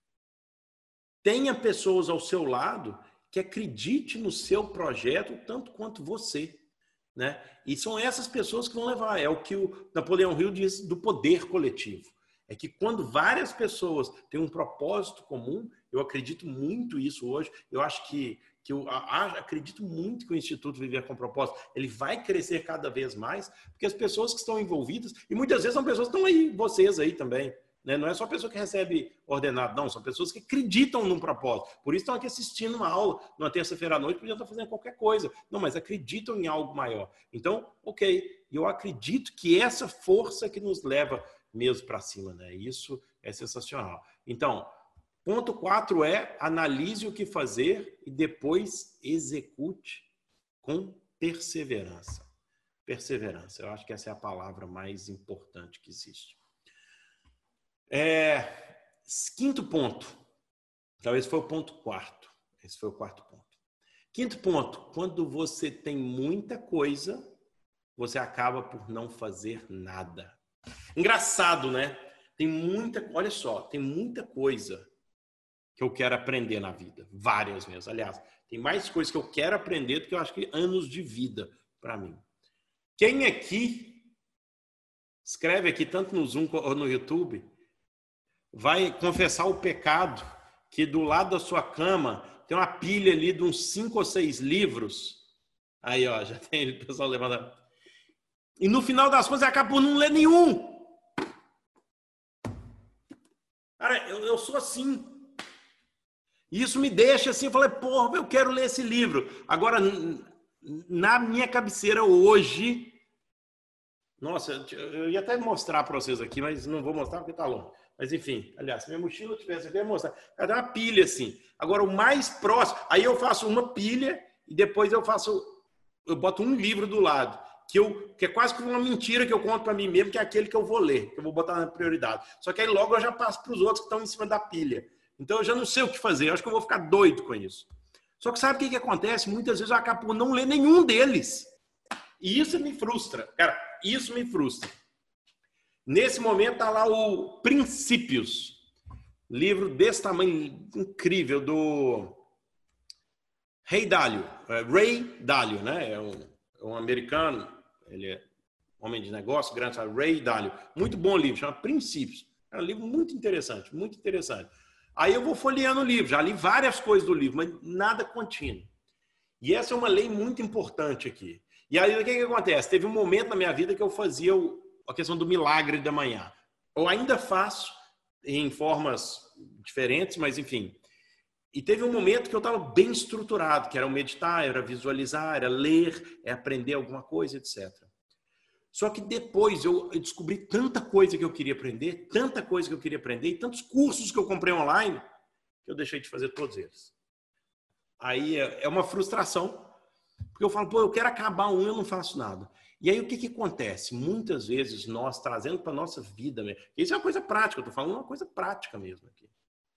tenha pessoas ao seu lado que acredite no seu projeto tanto quanto você. Né? E são essas pessoas que vão levar. É o que o Napoleão Hill diz do poder coletivo. É que quando várias pessoas têm um propósito comum, eu acredito muito isso hoje, eu acho que, que eu acredito muito que o Instituto Viver com Propósito, ele vai crescer cada vez mais, porque as pessoas que estão envolvidas, e muitas vezes são pessoas que estão aí, vocês aí também, né? Não é só pessoa que recebe ordenado, não, são pessoas que acreditam num propósito, por isso estão aqui assistindo uma aula, numa terça-feira à noite, podiam estar fazendo qualquer coisa, não, mas acreditam em algo maior. Então, ok, eu acredito que essa força que nos leva mesmo para cima, né? Isso é sensacional. Então, ponto quatro é analise o que fazer e depois execute com perseverança. Perseverança, eu acho que essa é a palavra mais importante que existe. É, quinto ponto. Talvez foi o ponto quarto. Esse foi o quarto ponto. Quinto ponto. Quando você tem muita coisa, você acaba por não fazer nada. Engraçado, né? Tem muita... Olha só, tem muita coisa que eu quero aprender na vida. Várias mesmo. Aliás, tem mais coisas que eu quero aprender do que eu acho que anos de vida para mim. Quem aqui, escreve aqui, tanto no Zoom ou no YouTube, vai confessar o pecado que do lado da sua cama tem uma pilha ali de uns cinco ou seis livros. Aí, ó, já tem o pessoal levantando. E no final das contas, acaba por não ler nenhum. Cara, eu, eu sou assim. Isso me deixa assim, eu falei, porra, eu quero ler esse livro. Agora, na minha cabeceira hoje, nossa, eu ia até mostrar para vocês aqui, mas não vou mostrar porque tá longe. Mas enfim, aliás, se minha mochila tivesse aqui, eu ia mostrar. Cadê uma pilha assim? Agora, o mais próximo, aí eu faço uma pilha e depois eu faço, eu boto um livro do lado, que, eu, que é quase como uma mentira que eu conto para mim mesmo, que é aquele que eu vou ler, que eu vou botar na prioridade. Só que aí logo eu já passo para os outros que estão em cima da pilha. Então eu já não sei o que fazer, eu acho que eu vou ficar doido com isso. Só que sabe o que, que acontece? Muitas vezes eu acabo por não ler nenhum deles. E isso me frustra. Cara, isso me frustra. Nesse momento está lá o Princípios. Livro desse tamanho incrível do Ray Dalio. É, Ray Dalio, né? É um, é um americano, ele é homem de negócio, grande, sabe? Ray Dalio. Muito bom livro, chama Princípios. É um livro muito interessante, muito interessante. Aí eu vou folheando o livro, já li várias coisas do livro, mas nada contínuo. E essa é uma lei muito importante aqui. E aí o que, que acontece? Teve um momento na minha vida que eu fazia o, a questão do milagre da manhã. Eu ainda faço em formas diferentes, mas enfim. E teve um momento que eu estava bem estruturado, que era o meditar, era visualizar, era ler, é aprender alguma coisa, etcétera. Só que depois eu descobri tanta coisa que eu queria aprender, tanta coisa que eu queria aprender, e tantos cursos que eu comprei online, que eu deixei de fazer todos eles. Aí é uma frustração, porque eu falo, pô, eu quero acabar um e eu não faço nada. E aí o que, que acontece? Muitas vezes nós, trazendo para a nossa vida, isso é uma coisa prática, eu estou falando uma coisa prática mesmo aqui.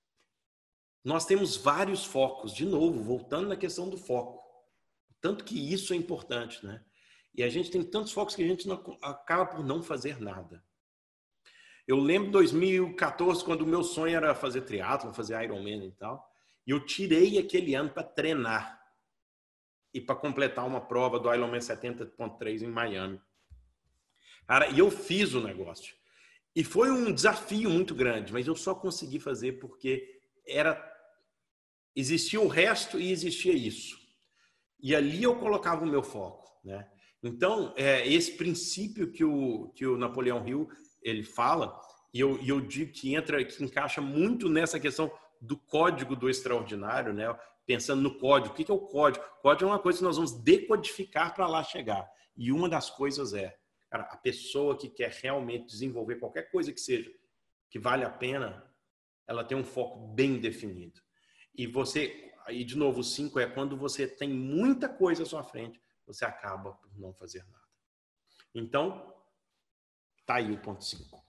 Nós temos vários focos, de novo, voltando na questão do foco. Tanto que isso é importante, né? E a gente tem tantos focos que a gente não, acaba por não fazer nada. Eu lembro de dois mil e quatorze, quando o meu sonho era fazer triatlon, fazer Ironman e tal. E eu tirei aquele ano para treinar. E para completar uma prova do Ironman setenta ponto três em Miami. Cara, e eu fiz o negócio. E foi um desafio muito grande, mas eu só consegui fazer porque era... existia o resto e existia isso. E ali eu colocava o meu foco, né? Então, é, esse princípio que o, que o Napoleão Hill ele fala, e eu, e eu digo que entra, que encaixa muito nessa questão do código do extraordinário, né? Pensando no código. O que é o código? O código é uma coisa que nós vamos decodificar para lá chegar. E uma das coisas é, cara, a pessoa que quer realmente desenvolver qualquer coisa que seja, que vale a pena, ela tem um foco bem definido. E você, aí de novo, o cinco é quando você tem muita coisa à sua frente, você acaba por não fazer nada. Então, tá aí o ponto cinco.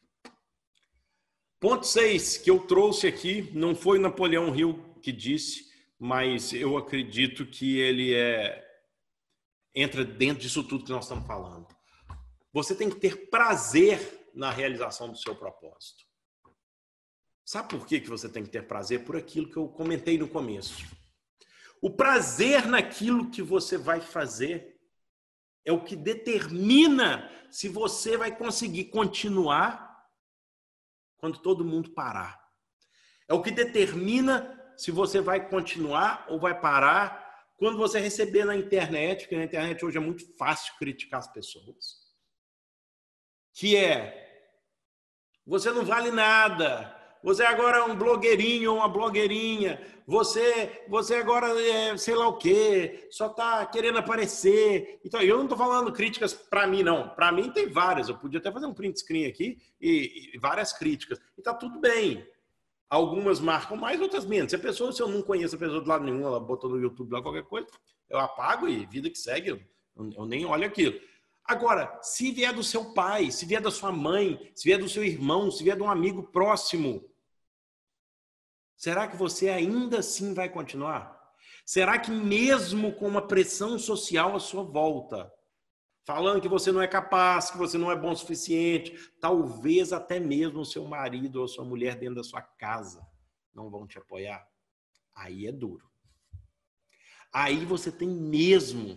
Ponto seis, que eu trouxe aqui, não foi Napoleão Hill que disse, mas eu acredito que ele é, entra dentro disso tudo que nós estamos falando. Você tem que ter prazer na realização do seu propósito. Sabe por que você tem que ter prazer? Por aquilo que eu comentei no começo. O prazer naquilo que você vai fazer é o que determina se você vai conseguir continuar quando todo mundo parar. É o que determina se você vai continuar ou vai parar quando você receber na internet, porque na internet hoje é muito fácil criticar as pessoas. Que é, você não vale nada. Você agora é um blogueirinho ou uma blogueirinha. Você, você agora é sei lá o quê. Só está querendo aparecer. Então, eu não estou falando críticas para mim, não. Para mim tem várias. Eu podia até fazer um print screen aqui e, e várias críticas. E está tudo bem. Algumas marcam mais, outras menos. Se a pessoa, se eu não conheço a pessoa de lado nenhum, ela botou no YouTube lá qualquer coisa, eu apago e vida que segue, eu, eu nem olho aquilo. Agora, se vier do seu pai, se vier da sua mãe, se vier do seu irmão, se vier de um amigo próximo, será que você ainda assim vai continuar? Será que mesmo com uma pressão social à sua volta, falando que você não é capaz, que você não é bom o suficiente, talvez até mesmo o seu marido ou sua mulher dentro da sua casa não vão te apoiar? Aí é duro. Aí você tem mesmo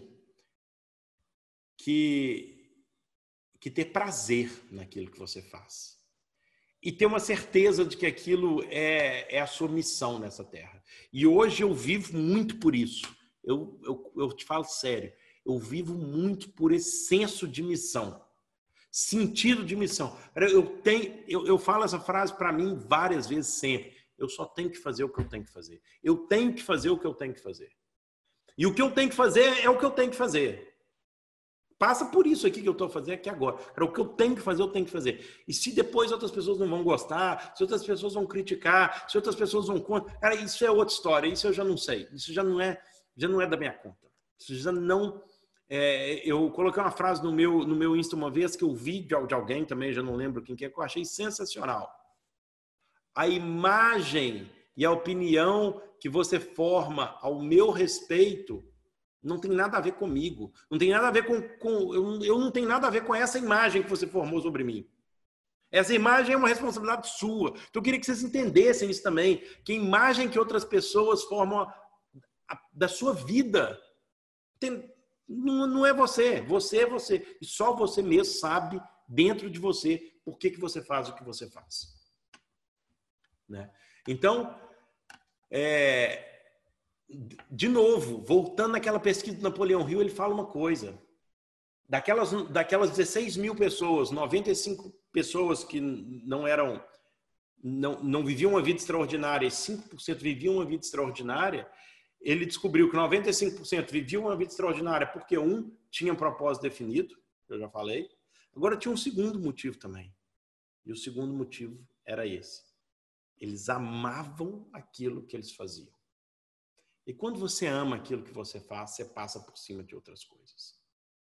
que, que ter prazer naquilo que você faz. E ter uma certeza de que aquilo é, é a sua missão nessa terra. E hoje eu vivo muito por isso. Eu, eu, eu te falo sério. Eu vivo muito por esse senso de missão. Sentido de missão. Eu, tenho, eu, eu falo essa frase para mim várias vezes, sempre. Eu só tenho que fazer o que eu tenho que fazer. Eu tenho que fazer o que eu tenho que fazer. E o que eu tenho que fazer é o que eu tenho que fazer. Passa por isso aqui que eu estou fazendo aqui agora. Cara, o que eu tenho que fazer, eu tenho que fazer. E se depois outras pessoas não vão gostar, se outras pessoas vão criticar, se outras pessoas vão contra, cara, isso é outra história. Isso eu já não sei. Isso já não é, já não é da minha conta. Isso já não. É, eu coloquei uma frase no meu no meu Insta uma vez que eu vi de, de alguém também, já não lembro quem que é, que eu achei sensacional. A imagem e a opinião que você forma ao meu respeito não tem nada a ver comigo. Não tem nada a ver com... com eu, eu não tenho nada a ver com essa imagem que você formou sobre mim. Essa imagem é uma responsabilidade sua. Então eu queria que vocês entendessem isso também. Que a imagem que outras pessoas formam a, a, da sua vida tem, não, não é você. Você é você. E só você mesmo sabe, dentro de você, por que, que você faz o que você faz. Né? Então, é... de novo, voltando naquela pesquisa do Napoleão Hill, ele fala uma coisa. Daquelas, daquelas dezesseis mil pessoas, noventa e cinco pessoas que não eram, não, não viviam uma vida extraordinária e cinco por cento viviam uma vida extraordinária, ele descobriu que noventa e cinco por cento viviam uma vida extraordinária porque um tinha um propósito definido, eu já falei. Agora tinha um segundo motivo também. E o segundo motivo era esse. Eles amavam aquilo que eles faziam. E quando você ama aquilo que você faz, você passa por cima de outras coisas.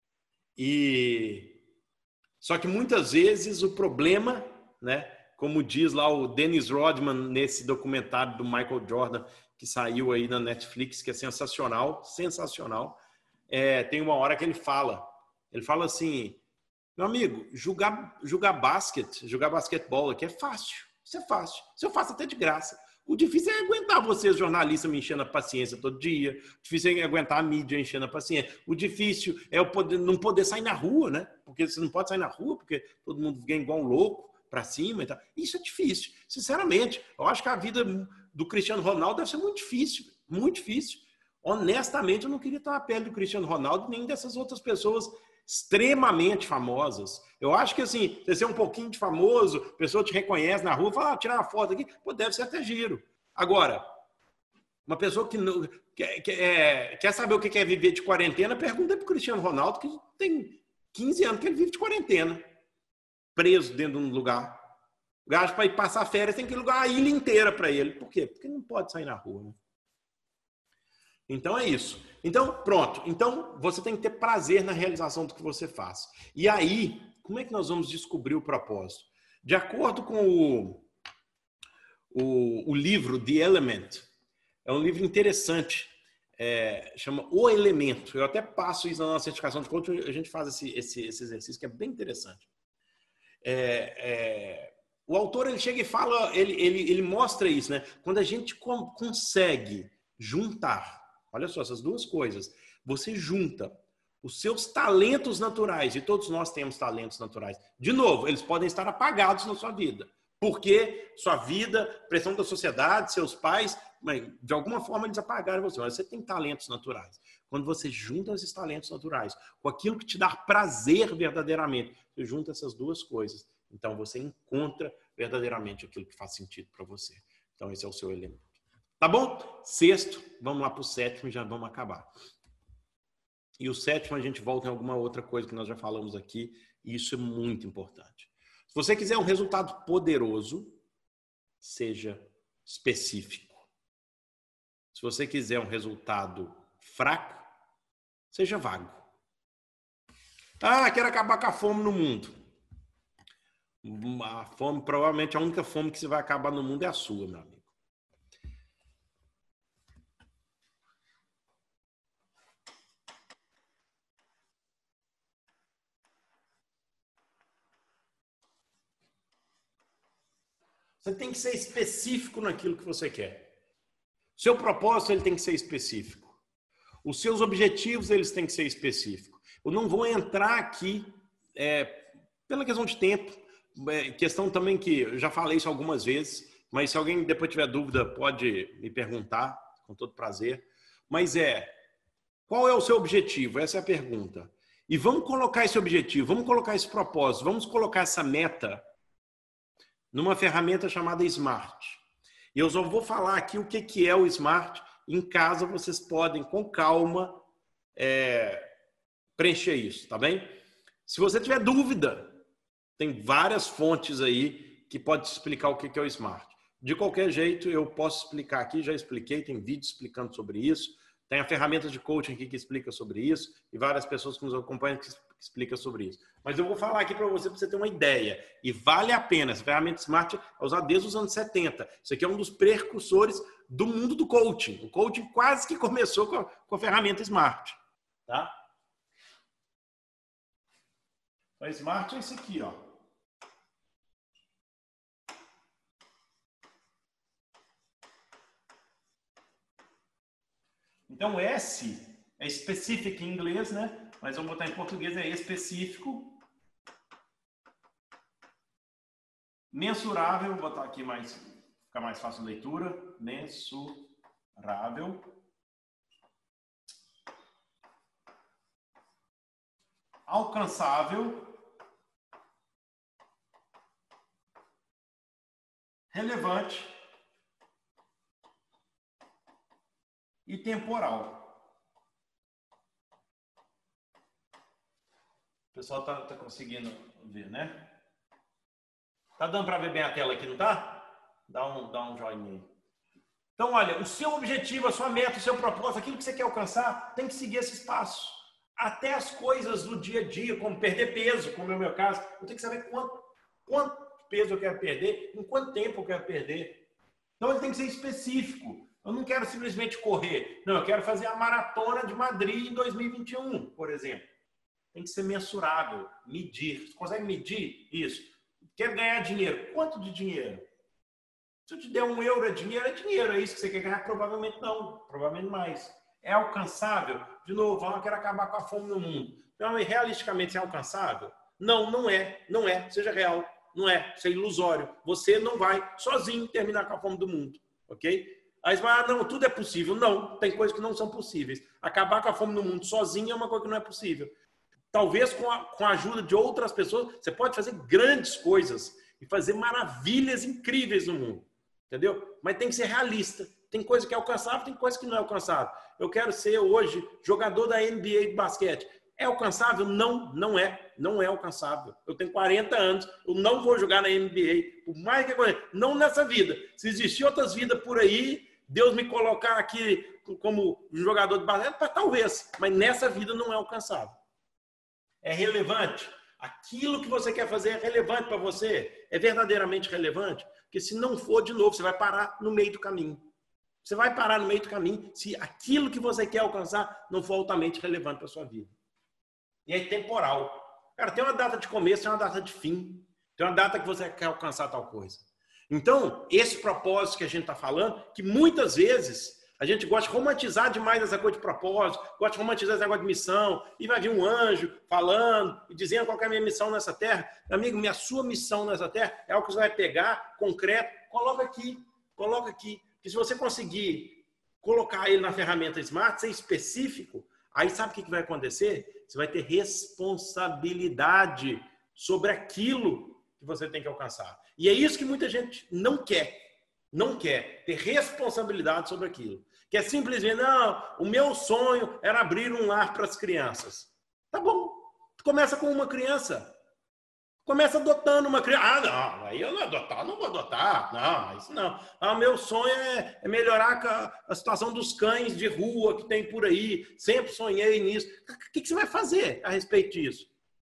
E só que muitas vezes o problema, né, como diz lá o Dennis Rodman nesse documentário do Michael Jordan que saiu aí na Netflix, que é sensacional, sensacional, é, tem uma hora que ele fala, ele fala assim, meu amigo, jogar, jogar basquete, jogar basquetebol aqui é fácil, isso é fácil, isso eu faço até de graça. O difícil é aguentar vocês, jornalistas, me enchendo a paciência todo dia. O difícil é aguentar a mídia enchendo a paciência. O difícil é eu poder, não poder sair na rua, né? Porque você não pode sair na rua, porque todo mundo vem igual um louco para cima e tal. Isso é difícil. Sinceramente, eu acho que a vida do Cristiano Ronaldo deve ser muito difícil. Muito difícil. Honestamente, eu não queria estar na pele do Cristiano Ronaldo nem dessas outras pessoas extremamente famosas. Eu acho que assim, você ser um pouquinho de famoso, a pessoa te reconhece na rua, fala, ah, tirar uma foto aqui, pô, deve ser até giro. Agora, uma pessoa que não, quer, quer, quer saber o que é viver de quarentena, pergunta para o Cristiano Ronaldo, que tem quinze anos que ele vive de quarentena, preso dentro de um lugar. O gajo, para ir passar férias, tem que alugar a ilha inteira para ele. Por quê? Porque não pode sair na rua, né? Então é isso. Então, pronto. Então, você tem que ter prazer na realização do que você faz. E aí, como é que nós vamos descobrir o propósito? De acordo com o, o, o livro The Element, é um livro interessante, é, chama O Elemento. Eu até passo isso na nossa certificação de coach, a gente faz esse, esse, esse exercício que é bem interessante. É, é, o autor ele chega e fala, ele, ele, ele mostra isso, né? Quando a gente com, consegue juntar, olha só, essas duas coisas. Você junta os seus talentos naturais, e todos nós temos talentos naturais. De novo, eles podem estar apagados na sua vida. Porque sua vida, pressão da sociedade, seus pais, de alguma forma eles apagaram você. Mas você tem talentos naturais. Quando você junta esses talentos naturais com aquilo que te dá prazer verdadeiramente, você junta essas duas coisas. Então você encontra verdadeiramente aquilo que faz sentido para você. Então esse é o seu elemento. Tá bom? Sexto, vamos lá para o sétimo e já vamos acabar. E o sétimo a gente volta em alguma outra coisa que nós já falamos aqui, e isso é muito importante. Se você quiser um resultado poderoso, seja específico. Se você quiser um resultado fraco, seja vago. Ah, quero acabar com a fome no mundo. A fome, provavelmente a única fome que você vai acabar no mundo é a sua, meu amigo. Você tem que ser específico naquilo que você quer. Seu propósito ele tem que ser específico. Os seus objetivos eles têm que ser específicos. Eu não vou entrar aqui é, pela questão de tempo, é, questão também que eu já falei isso algumas vezes, mas se alguém depois tiver dúvida pode me perguntar, com todo prazer. Mas é, qual é o seu objetivo? Essa é a pergunta. E vamos colocar esse objetivo, vamos colocar esse propósito, vamos colocar essa meta numa ferramenta chamada Smart. E eu só vou falar aqui o que é o Smart. Em casa vocês podem, com calma, é, preencher isso, tá bem? Se você tiver dúvida, tem várias fontes aí que podem te explicar o que é o Smart. De qualquer jeito, eu posso explicar aqui, já expliquei, tem vídeo explicando sobre isso. Tem a ferramenta de coaching aqui que explica sobre isso e várias pessoas que nos acompanham que explicam sobre isso. Mas eu vou falar aqui para você, para você ter uma ideia. E vale a pena. Essa ferramenta Smart é usada desde os anos setenta. Isso aqui é um dos precursores do mundo do coaching. O coaching quase que começou com a, com a ferramenta Smart. Tá? A Smart é isso aqui, ó. Então, S é specific em inglês, né? Mas vamos botar em português, é específico. Mensurável, vou botar aqui mais, ficar mais fácil a leitura. Mensurável. Alcançável. Relevante. E temporal. O pessoal tá, tá conseguindo ver, né? Tá dando para ver bem a tela aqui, não tá? Dá um, dá um joinha aí. Então, olha, o seu objetivo, a sua meta, o seu propósito, aquilo que você quer alcançar, tem que seguir esses passos. Até as coisas do dia a dia, como perder peso, como é o meu caso, eu tenho que saber quanto, quanto peso eu quero perder, em quanto tempo eu quero perder. Então, ele tem que ser específico. Eu não quero simplesmente correr. Não, eu quero fazer a maratona de Madrid em dois mil e vinte e um, por exemplo. Tem que ser mensurável, medir. Você consegue medir isso? Quer ganhar dinheiro? Quanto de dinheiro? Se eu te der um euro, é dinheiro? É dinheiro. É isso que você quer ganhar? Provavelmente não. Provavelmente mais. É alcançável? De novo, eu quero acabar com a fome no mundo. Então, realisticamente, é alcançável? Não, não é. Não é. Seja real. Não é. Isso é ilusório. Você não vai sozinho terminar com a fome do mundo. Ok? Aí você vai, ah, não, tudo é possível. Não, tem coisas que não são possíveis. Acabar com a fome no mundo sozinho é uma coisa que não é possível. Talvez com a, com a ajuda de outras pessoas, você pode fazer grandes coisas e fazer maravilhas incríveis no mundo. Entendeu? Mas tem que ser realista. Tem coisa que é alcançável, tem coisa que não é alcançável. Eu quero ser hoje jogador da N B A de basquete. É alcançável? Não, não é. Não é alcançável. Eu tenho quarenta anos, eu não vou jogar na N B A. Por mais que eu... Não nessa vida. Se existir outras vidas por aí, Deus me colocar aqui como jogador de basquete, talvez. Mas nessa vida não é alcançável. É relevante. Aquilo que você quer fazer é relevante para você? É verdadeiramente relevante? Porque se não for, de novo, você vai parar no meio do caminho. Você vai parar no meio do caminho se aquilo que você quer alcançar não for altamente relevante para a sua vida. E é temporal. Cara, tem uma data de começo, tem uma data de fim. Tem uma data que você quer alcançar tal coisa. Então, esse propósito que a gente está falando, que muitas vezes a gente gosta de romantizar demais essa coisa de propósito, gosta de romantizar esse negócio de missão, e vai vir um anjo falando e dizendo qual que é a minha missão nessa terra. Amigo, minha sua missão nessa terra é algo que você vai pegar, concreto, coloca aqui, coloca aqui. Porque se você conseguir colocar ele na ferramenta Smart, ser específico, aí sabe o que vai acontecer? Você vai ter responsabilidade sobre aquilo que você tem que alcançar. E é isso que muita gente não quer. Não quer ter responsabilidade sobre aquilo. Quer simplesmente, não, o meu sonho era abrir um lar para as crianças. Tá bom. Começa com uma criança. Começa adotando uma criança. Ah, não, aí eu não adotar, não vou adotar. Não, isso não. Ah, meu sonho é, é melhorar a, a situação dos cães de rua que tem por aí. Sempre sonhei nisso. O que, que você vai fazer a respeito disso?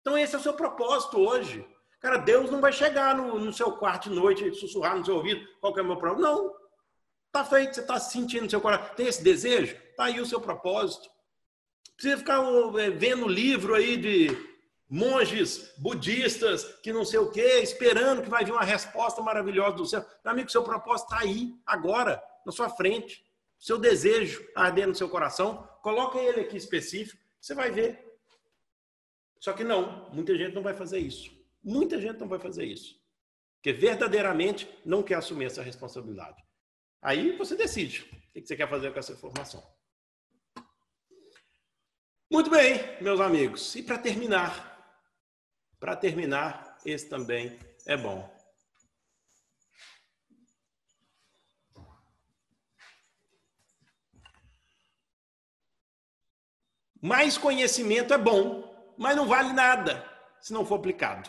Então esse é o seu propósito hoje. Cara, Deus não vai chegar no, no seu quarto de noite e sussurrar no seu ouvido qual que é o meu propósito. Não. Tá feito, você está sentindo no seu coração. Tem esse desejo? Tá aí o seu propósito. Precisa ficar vendo livro aí de monges budistas que não sei o quê, esperando que vai vir uma resposta maravilhosa do céu. Meu amigo, seu propósito está aí, agora, na sua frente. Seu desejo ardendo no seu coração, coloca ele aqui específico, você vai ver. Só que não, muita gente não vai fazer isso. Muita gente não vai fazer isso. Porque verdadeiramente não quer assumir essa responsabilidade. Aí você decide o que você quer fazer com essa informação. Muito bem, meus amigos. E para terminar, para terminar, esse também é bom. Mais conhecimento é bom, mas não vale nada se não for aplicado.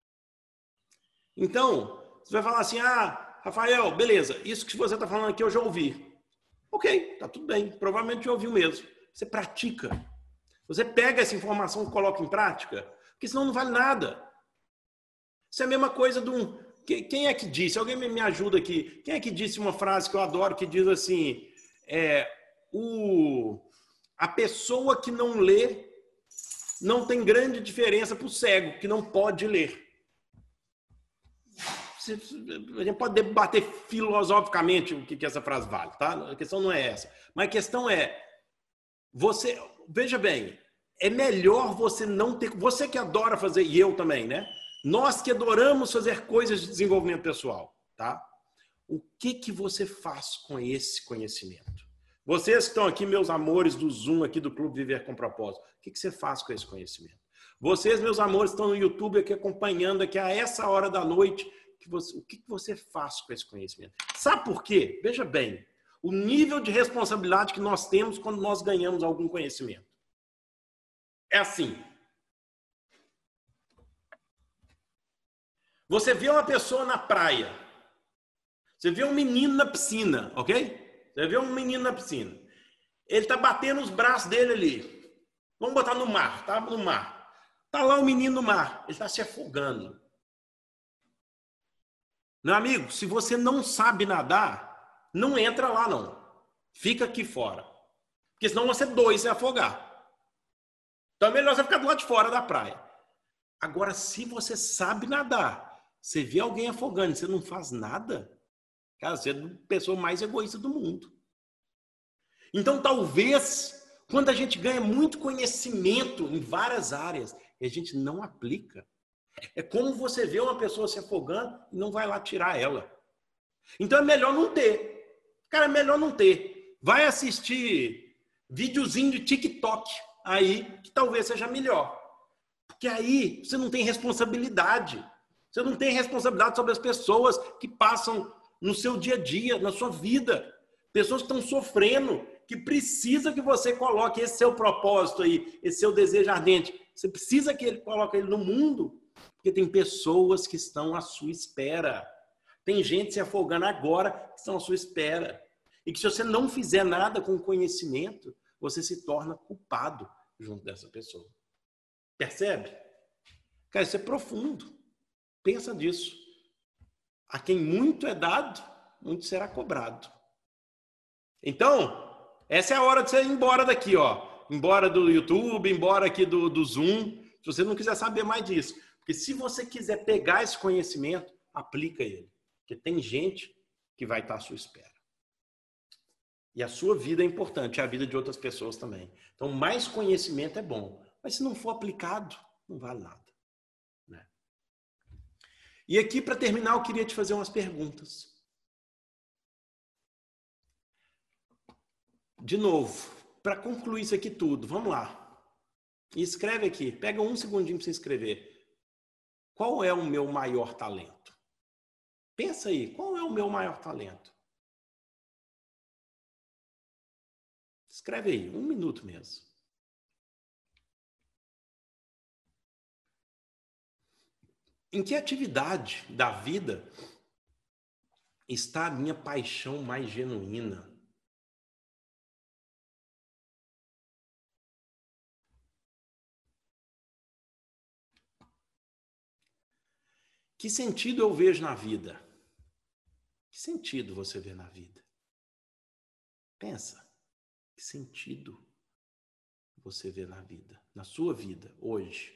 Então, você vai falar assim, ah, Rafael, beleza, isso que você está falando aqui eu já ouvi. Ok, tá tudo bem, provavelmente já ouviu mesmo. Você pratica. Você pega essa informação e coloca em prática, porque senão não vale nada. Isso é a mesma coisa de um... Quem é que disse? Alguém me ajuda aqui. Quem é que disse uma frase que eu adoro, que diz assim, é, o... a pessoa que não lê não tem grande diferença para o cego, que não pode ler. A gente pode debater filosoficamente o que essa frase vale, tá? A questão não é essa. Mas a questão é, você, veja bem, é melhor você não ter, você que adora fazer, e eu também, né? Nós que adoramos fazer coisas de desenvolvimento pessoal, tá? O que que você faz com esse conhecimento? Vocês que estão aqui, meus amores do Zoom aqui do Clube Viver com Propósito, o que que você faz com esse conhecimento? Vocês, meus amores, estão no YouTube aqui acompanhando aqui a essa hora da noite, que você, o que que você faz com esse conhecimento? Sabe por quê? Veja bem, o nível de responsabilidade que nós temos quando nós ganhamos algum conhecimento. É assim. Você vê uma pessoa na praia. Você vê um menino na piscina, ok? Você vê um menino na piscina. Ele tá batendo os braços dele ali. Vamos botar no mar, tá? No mar. Tá lá o menino no mar. Ele tá se afogando. Meu amigo, se você não sabe nadar, não entra lá não. Fica aqui fora. Porque senão você dois se afogar. Então é melhor você ficar do lado de fora da praia. Agora, se você sabe nadar, você vê alguém afogando e você não faz nada, cara, você é a pessoa mais egoísta do mundo. Então, talvez, quando a gente ganha muito conhecimento em várias áreas, e a gente não aplica, é como você vê uma pessoa se afogando e não vai lá tirar ela. Então, é melhor não ter. Cara, é melhor não ter. Vai assistir videozinho de TikTok aí, que talvez seja melhor. Porque aí você não tem responsabilidade. Você não tem responsabilidade sobre as pessoas que passam no seu dia a dia, na sua vida. Pessoas que estão sofrendo, que precisa que você coloque esse seu propósito aí, esse seu desejo ardente. Você precisa que ele coloque ele no mundo, porque tem pessoas que estão à sua espera. Tem gente se afogando agora que estão à sua espera. E que se você não fizer nada com o conhecimento, você se torna culpado junto dessa pessoa. Percebe? Cara, isso é profundo. Pensa nisso. A quem muito é dado, muito será cobrado. Então, essa é a hora de você ir embora daqui, ó. Embora do YouTube, embora aqui do, do Zoom. Se você não quiser saber mais disso. Porque se você quiser pegar esse conhecimento, aplica ele. Porque tem gente que vai estar à sua espera. E a sua vida é importante, a vida de outras pessoas também. Então, mais conhecimento é bom. Mas se não for aplicado, não vale nada. Né? E aqui, para terminar, eu queria te fazer umas perguntas. De novo, para concluir isso aqui tudo, vamos lá. E escreve aqui, pega um segundinho para você escrever. Qual é o meu maior talento? Pensa aí, qual é o meu maior talento? Escreve aí, um minuto mesmo. Em que atividade da vida está a minha paixão mais genuína? Que sentido eu vejo na vida? Que sentido você vê na vida? Pensa. Que sentido você vê na vida? Na sua vida, hoje?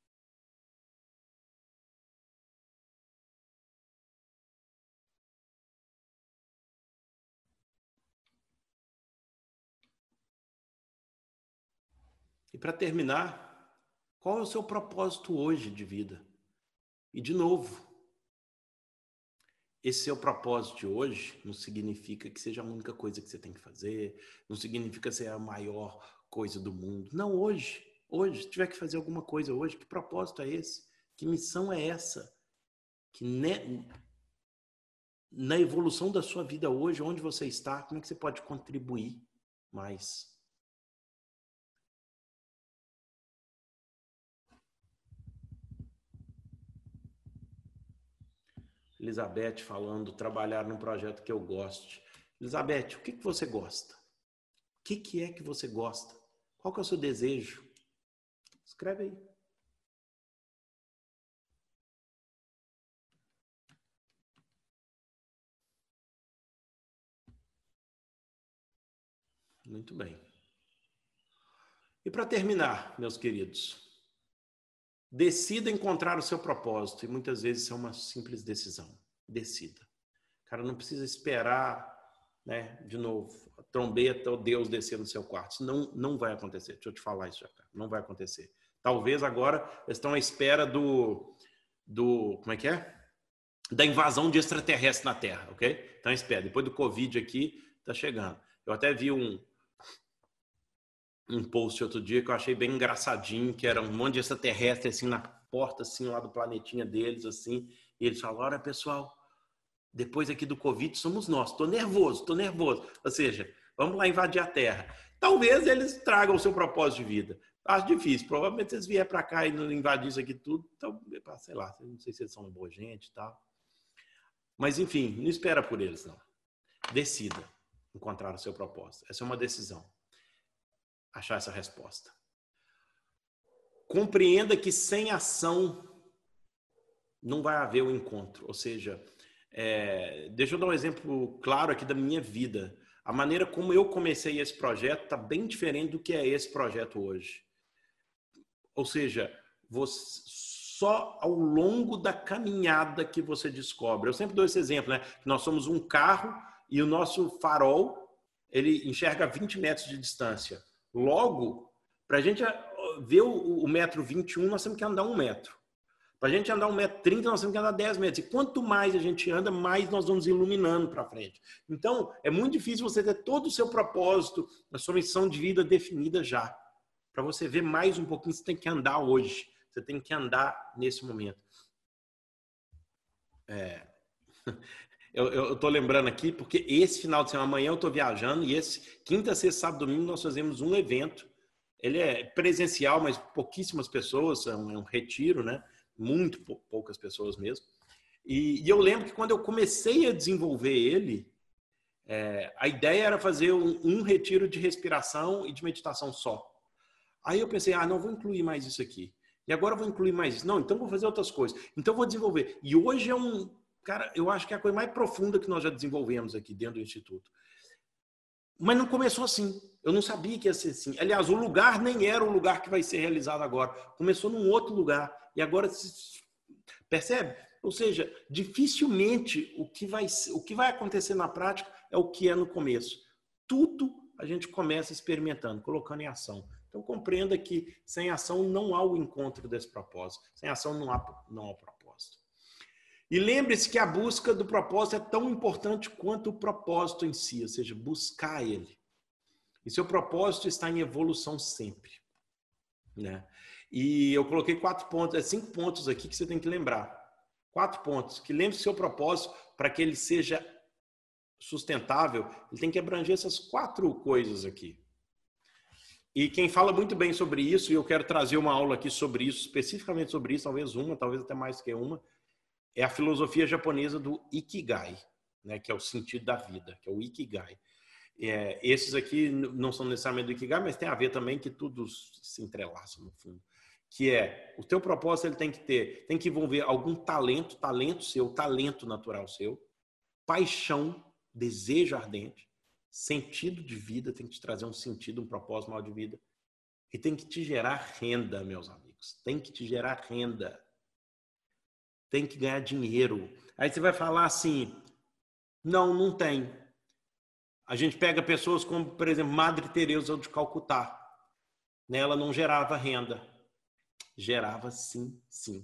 E para terminar, qual é o seu propósito hoje de vida? E de novo, esse seu propósito de hoje não significa que seja a única coisa que você tem que fazer, não significa ser a maior coisa do mundo. Não, hoje, hoje, se tiver que fazer alguma coisa hoje, que propósito é esse? Que missão é essa? Que ne... na evolução da sua vida hoje, onde você está, como é que você pode contribuir mais? Elizabeth falando, trabalhar num projeto que eu goste. Elizabeth, o que, que você gosta? O que, que é que você gosta? Qual que é o seu desejo? Escreve aí. Muito bem. E para terminar, meus queridos, decida encontrar o seu propósito. E muitas vezes isso é uma simples decisão. Decida. Cara, não precisa esperar, né, de novo, a trombeta ou Deus descer no seu quarto. Isso não, não vai acontecer. Deixa eu te falar isso já, cara. Não vai acontecer. Talvez agora eles estão à espera do, do... Como é que é? Da invasão de extraterrestres na Terra, ok? Então espera. Depois do Covid aqui, tá chegando. Eu até vi um... um post outro dia que eu achei bem engraçadinho, que era um monte de extraterrestre assim na porta assim lá do planetinha deles assim, e eles falaram: "Olha, pessoal, depois aqui do Covid somos nós. Tô nervoso, tô nervoso". Ou seja, vamos lá invadir a Terra. Talvez eles tragam o seu propósito de vida. Acho difícil. Provavelmente eles vierem para cá e não invadir isso aqui tudo. Então, sei lá, não sei se eles são boa gente e tal. Mas enfim, não espera por eles não. Decida encontrar o seu propósito. Essa é uma decisão. Achar essa resposta. Compreenda que sem ação não vai haver o encontro. Ou seja, é, deixa eu dar um exemplo claro aqui da minha vida. A maneira como eu comecei esse projeto está bem diferente do que é esse projeto hoje. Ou seja, você, só ao longo da caminhada que você descobre. Eu sempre dou esse exemplo, né? Nós somos um carro e o nosso farol ele enxerga a vinte metros de distância. Logo, para a gente ver o, o metro vinte e um, nós temos que andar um metro. Para a gente andar um metro e trinta, nós temos que andar dez metros. E quanto mais a gente anda, mais nós vamos iluminando para frente. Então, é muito difícil você ter todo o seu propósito, a sua missão de vida definida já. Para você ver mais um pouquinho, você tem que andar hoje. Você tem que andar nesse momento. É... Eu estou lembrando aqui, porque esse final de semana, amanhã eu estou viajando, e esse quinta, sexta, sábado, domingo, nós fazemos um evento. Ele é presencial, mas pouquíssimas pessoas, é um, é um retiro, né? Muito poucas pessoas mesmo. E, e eu lembro que quando eu comecei a desenvolver ele, é, a ideia era fazer um, um retiro de respiração e de meditação só. Aí eu pensei, ah, não, vou incluir mais isso aqui. E agora eu vou incluir mais isso. Não, então vou fazer outras coisas. Então vou desenvolver. E hoje é um... Cara, eu acho que é a coisa mais profunda que nós já desenvolvemos aqui dentro do Instituto. Mas não começou assim. Eu não sabia que ia ser assim. Aliás, o lugar nem era o lugar que vai ser realizado agora. Começou num outro lugar. E agora, percebe? Ou seja, dificilmente o que vai, o que vai acontecer na prática é o que é no começo. Tudo a gente começa experimentando, colocando em ação. Então, compreenda que sem ação não há o encontro desse propósito. Sem ação não há, não há propósito. E lembre-se que a busca do propósito é tão importante quanto o propósito em si, ou seja, buscar ele. E seu propósito está em evolução sempre, né? E eu coloquei quatro pontos, é cinco pontos aqui que você tem que lembrar. Quatro pontos. Que lembre-se do seu propósito, para que ele seja sustentável, ele tem que abranger essas quatro coisas aqui. E quem fala muito bem sobre isso, e eu quero trazer uma aula aqui sobre isso, especificamente sobre isso, talvez uma, talvez até mais que uma, é a filosofia japonesa do Ikigai, né, que é o sentido da vida, que é o Ikigai. É, esses aqui não são necessariamente do Ikigai, mas tem a ver também que tudo se entrelaça no fundo. que é o teu propósito, ele tem que ter, tem que envolver algum talento, talento seu, talento natural seu, paixão, desejo ardente, sentido de vida, tem que te trazer um sentido, um propósito maior de vida, e tem que te gerar renda, meus amigos, tem que te gerar renda, tem que ganhar dinheiro. Aí você vai falar assim, não, não tem. A gente pega pessoas como, por exemplo, Madre Teresa de Calcutá, né? Ela não gerava renda, gerava sim, sim.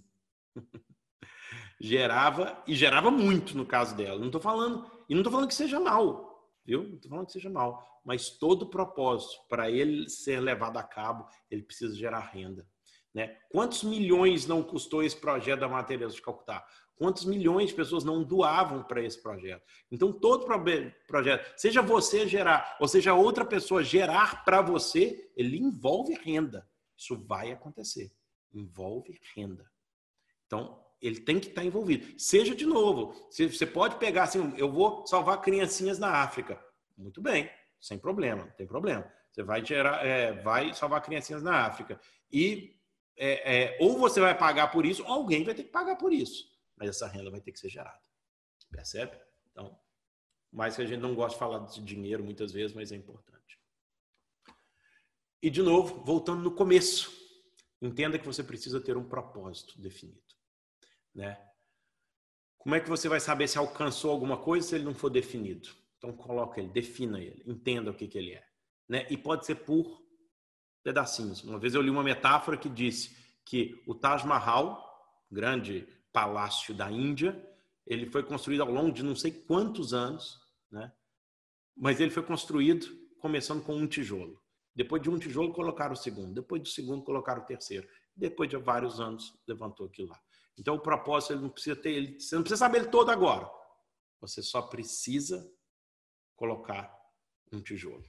Gerava, e gerava muito no caso dela. Não estou falando, e não estou falando que seja mal, viu? Não estou falando que seja mal, mas todo propósito, para ele ser levado a cabo, ele precisa gerar renda, né? Quantos milhões não custou esse projeto da Madre Teresa de Calcutá? Quantos milhões de pessoas não doavam para esse projeto? Então, todo projeto, seja você gerar, ou seja outra pessoa gerar para você, ele envolve renda. Isso vai acontecer. Envolve renda. Então, ele tem que estar envolvido. Seja de novo, você pode pegar assim, eu vou salvar criancinhas na África. Muito bem, sem problema, não tem problema. Você vai gerar, é, vai salvar criancinhas na África. E é, é, ou você vai pagar por isso, ou alguém vai ter que pagar por isso. Mas essa renda vai ter que ser gerada. Percebe? Então, mais que a gente não gosta de falar de dinheiro muitas vezes, mas é importante. E, de novo, voltando no começo, entenda que você precisa ter um propósito definido, né? Como é que você vai saber se alcançou alguma coisa se ele não for definido? Então, coloca ele, defina ele, entenda o que, que ele é, né? E pode ser por pedacinhos. Uma vez eu li uma metáfora que disse que o Taj Mahal, grande palácio da Índia, ele foi construído ao longo de não sei quantos anos, né? Mas ele foi construído começando com um tijolo. Depois de um tijolo, colocaram o segundo. Depois do segundo, colocaram o terceiro. Depois de vários anos, levantou aquilo lá. Então, o propósito, ele não precisa ter, ele, você não precisa saber ele todo agora. Você só precisa colocar um tijolo.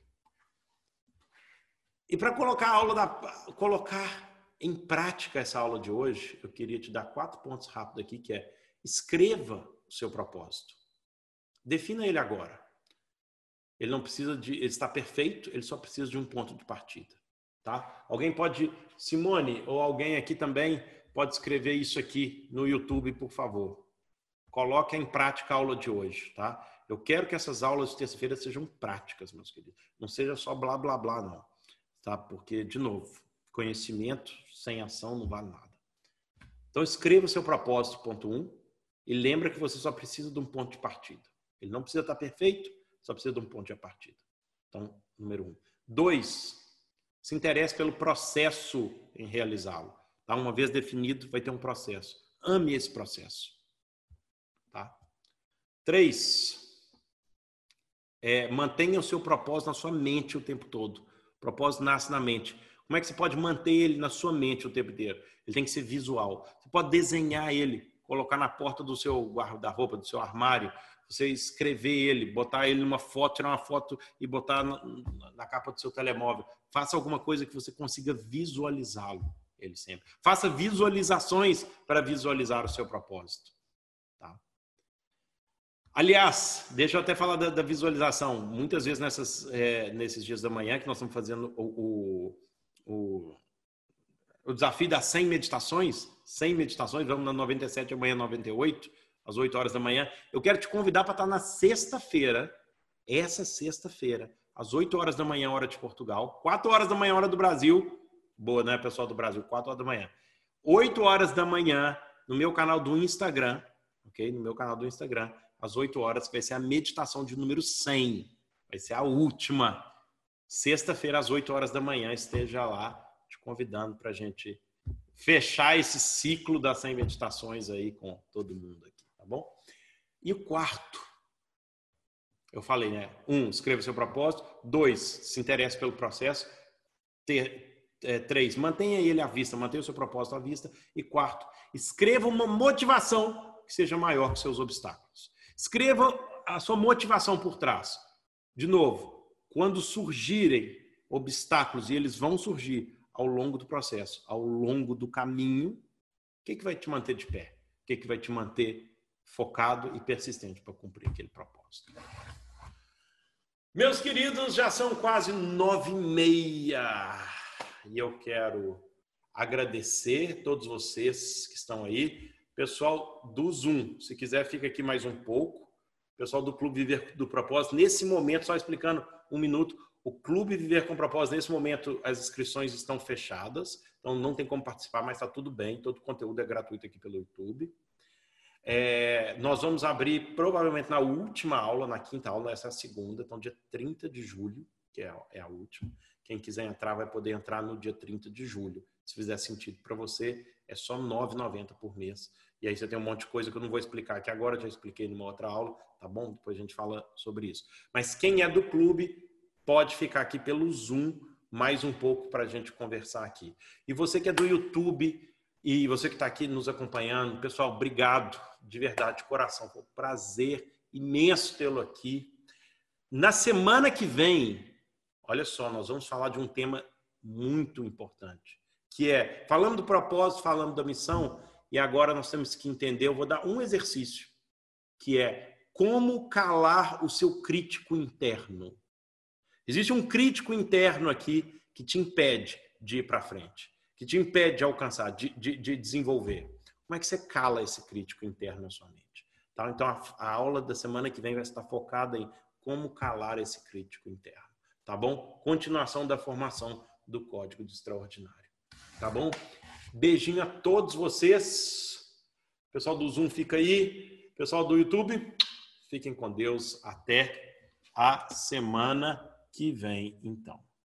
E para colocar a aula da, colocar em prática essa aula de hoje, eu queria te dar quatro pontos rápidos aqui, que é: escreva o seu propósito. Defina ele agora. Ele não precisa de, ele está perfeito, ele só precisa de um ponto de partida, tá? Alguém pode, Simone, ou alguém aqui também pode escrever isso aqui no YouTube, por favor. Coloque em prática a aula de hoje, tá? Eu quero que essas aulas de terça-feira sejam práticas, meus queridos. Não seja só blá, blá, blá, não. Tá? Porque, de novo, conhecimento sem ação não vale nada. Então, escreva o seu propósito, ponto um, e lembra que você só precisa de um ponto de partida. Ele não precisa estar perfeito, só precisa de um ponto de partida. Então, número um. Dois, se interesse pelo processo em realizá-lo. Tá? Uma vez definido, vai ter um processo. Ame esse processo. Tá? Três, é, mantenha o seu propósito na sua mente o tempo todo. O propósito nasce na mente. Como é que você pode manter ele na sua mente o tempo inteiro? Ele tem que ser visual. Você pode desenhar ele, colocar na porta do seu guarda-roupa, do seu armário, você escrever ele, botar ele numa foto, tirar uma foto e botar na, na capa do seu telemóvel. Faça alguma coisa que você consiga visualizá-lo, ele sempre. Faça visualizações para visualizar o seu propósito. Tá? Aliás, deixa eu até falar da, da visualização. Muitas vezes nessas, é, nesses dias da manhã que nós estamos fazendo o, o, o, o desafio das cem meditações, cem meditações, vamos na noventa e sete, amanhã noventa e oito, às oito horas da manhã. Eu quero te convidar para estar na sexta-feira, essa sexta-feira, às oito horas da manhã, hora de Portugal, quatro horas da manhã, hora do Brasil. Boa, né, pessoal do Brasil? quatro horas da manhã. oito horas da manhã, no meu canal do Instagram, ok? No meu canal do Instagram, às oito horas, vai ser a meditação de número cem. Vai ser a última. Sexta-feira, às oito horas da manhã, esteja lá, te convidando para a gente fechar esse ciclo das cem meditações aí com todo mundo aqui, tá bom? E o quarto, eu falei, né? Um, escreva o seu propósito. Dois, se interesse pelo processo. Ter, é, três, mantenha ele à vista, mantenha o seu propósito à vista. E quarto, escreva uma motivação que seja maior que seus obstáculos. Escreva a sua motivação por trás. De novo, quando surgirem obstáculos, e eles vão surgir ao longo do processo, ao longo do caminho, o que, que vai te manter de pé? O que, que vai te manter focado e persistente para cumprir aquele propósito? Meus queridos, já são quase nove e meia e eu quero agradecer todos vocês que estão aí. Pessoal do Zoom, se quiser, fica aqui mais um pouco. Pessoal do Clube Viver do Propósito, nesse momento, só explicando um minuto, o Clube Viver com Propósito, nesse momento, as inscrições estão fechadas, então não tem como participar, mas está tudo bem, todo o conteúdo é gratuito aqui pelo YouTube. É, nós vamos abrir, provavelmente, na última aula, na quinta aula, essa é a segunda, então dia trinta de julho, que é, é a última. Quem quiser entrar vai poder entrar no dia trinta de julho. Se fizer sentido para você, é só nove reais e noventa centavos por mês. E aí você tem um monte de coisa que eu não vou explicar aqui agora, já expliquei numa outra aula, tá bom? Depois a gente fala sobre isso. Mas quem é do clube pode ficar aqui pelo Zoom mais um pouco para a gente conversar aqui. E você que é do YouTube e você que está aqui nos acompanhando, pessoal, obrigado de verdade, de coração. Foi um prazer imenso tê-lo aqui. Na semana que vem, olha só, nós vamos falar de um tema muito importante, que é, falando do propósito, falando da missão, e agora nós temos que entender, eu vou dar um exercício, que é como calar o seu crítico interno. Existe um crítico interno aqui que te impede de ir para frente, que te impede de alcançar, de, de, de desenvolver. Como é que você cala esse crítico interno na sua mente? Tá? Então, a, a aula da semana que vem vai estar focada em como calar esse crítico interno. Tá bom? Continuação da formação do Código do Extraordinário. Tá bom? Beijinho a todos vocês. Pessoal do Zoom fica aí. Pessoal do YouTube, fiquem com Deus. Até a semana que vem, então.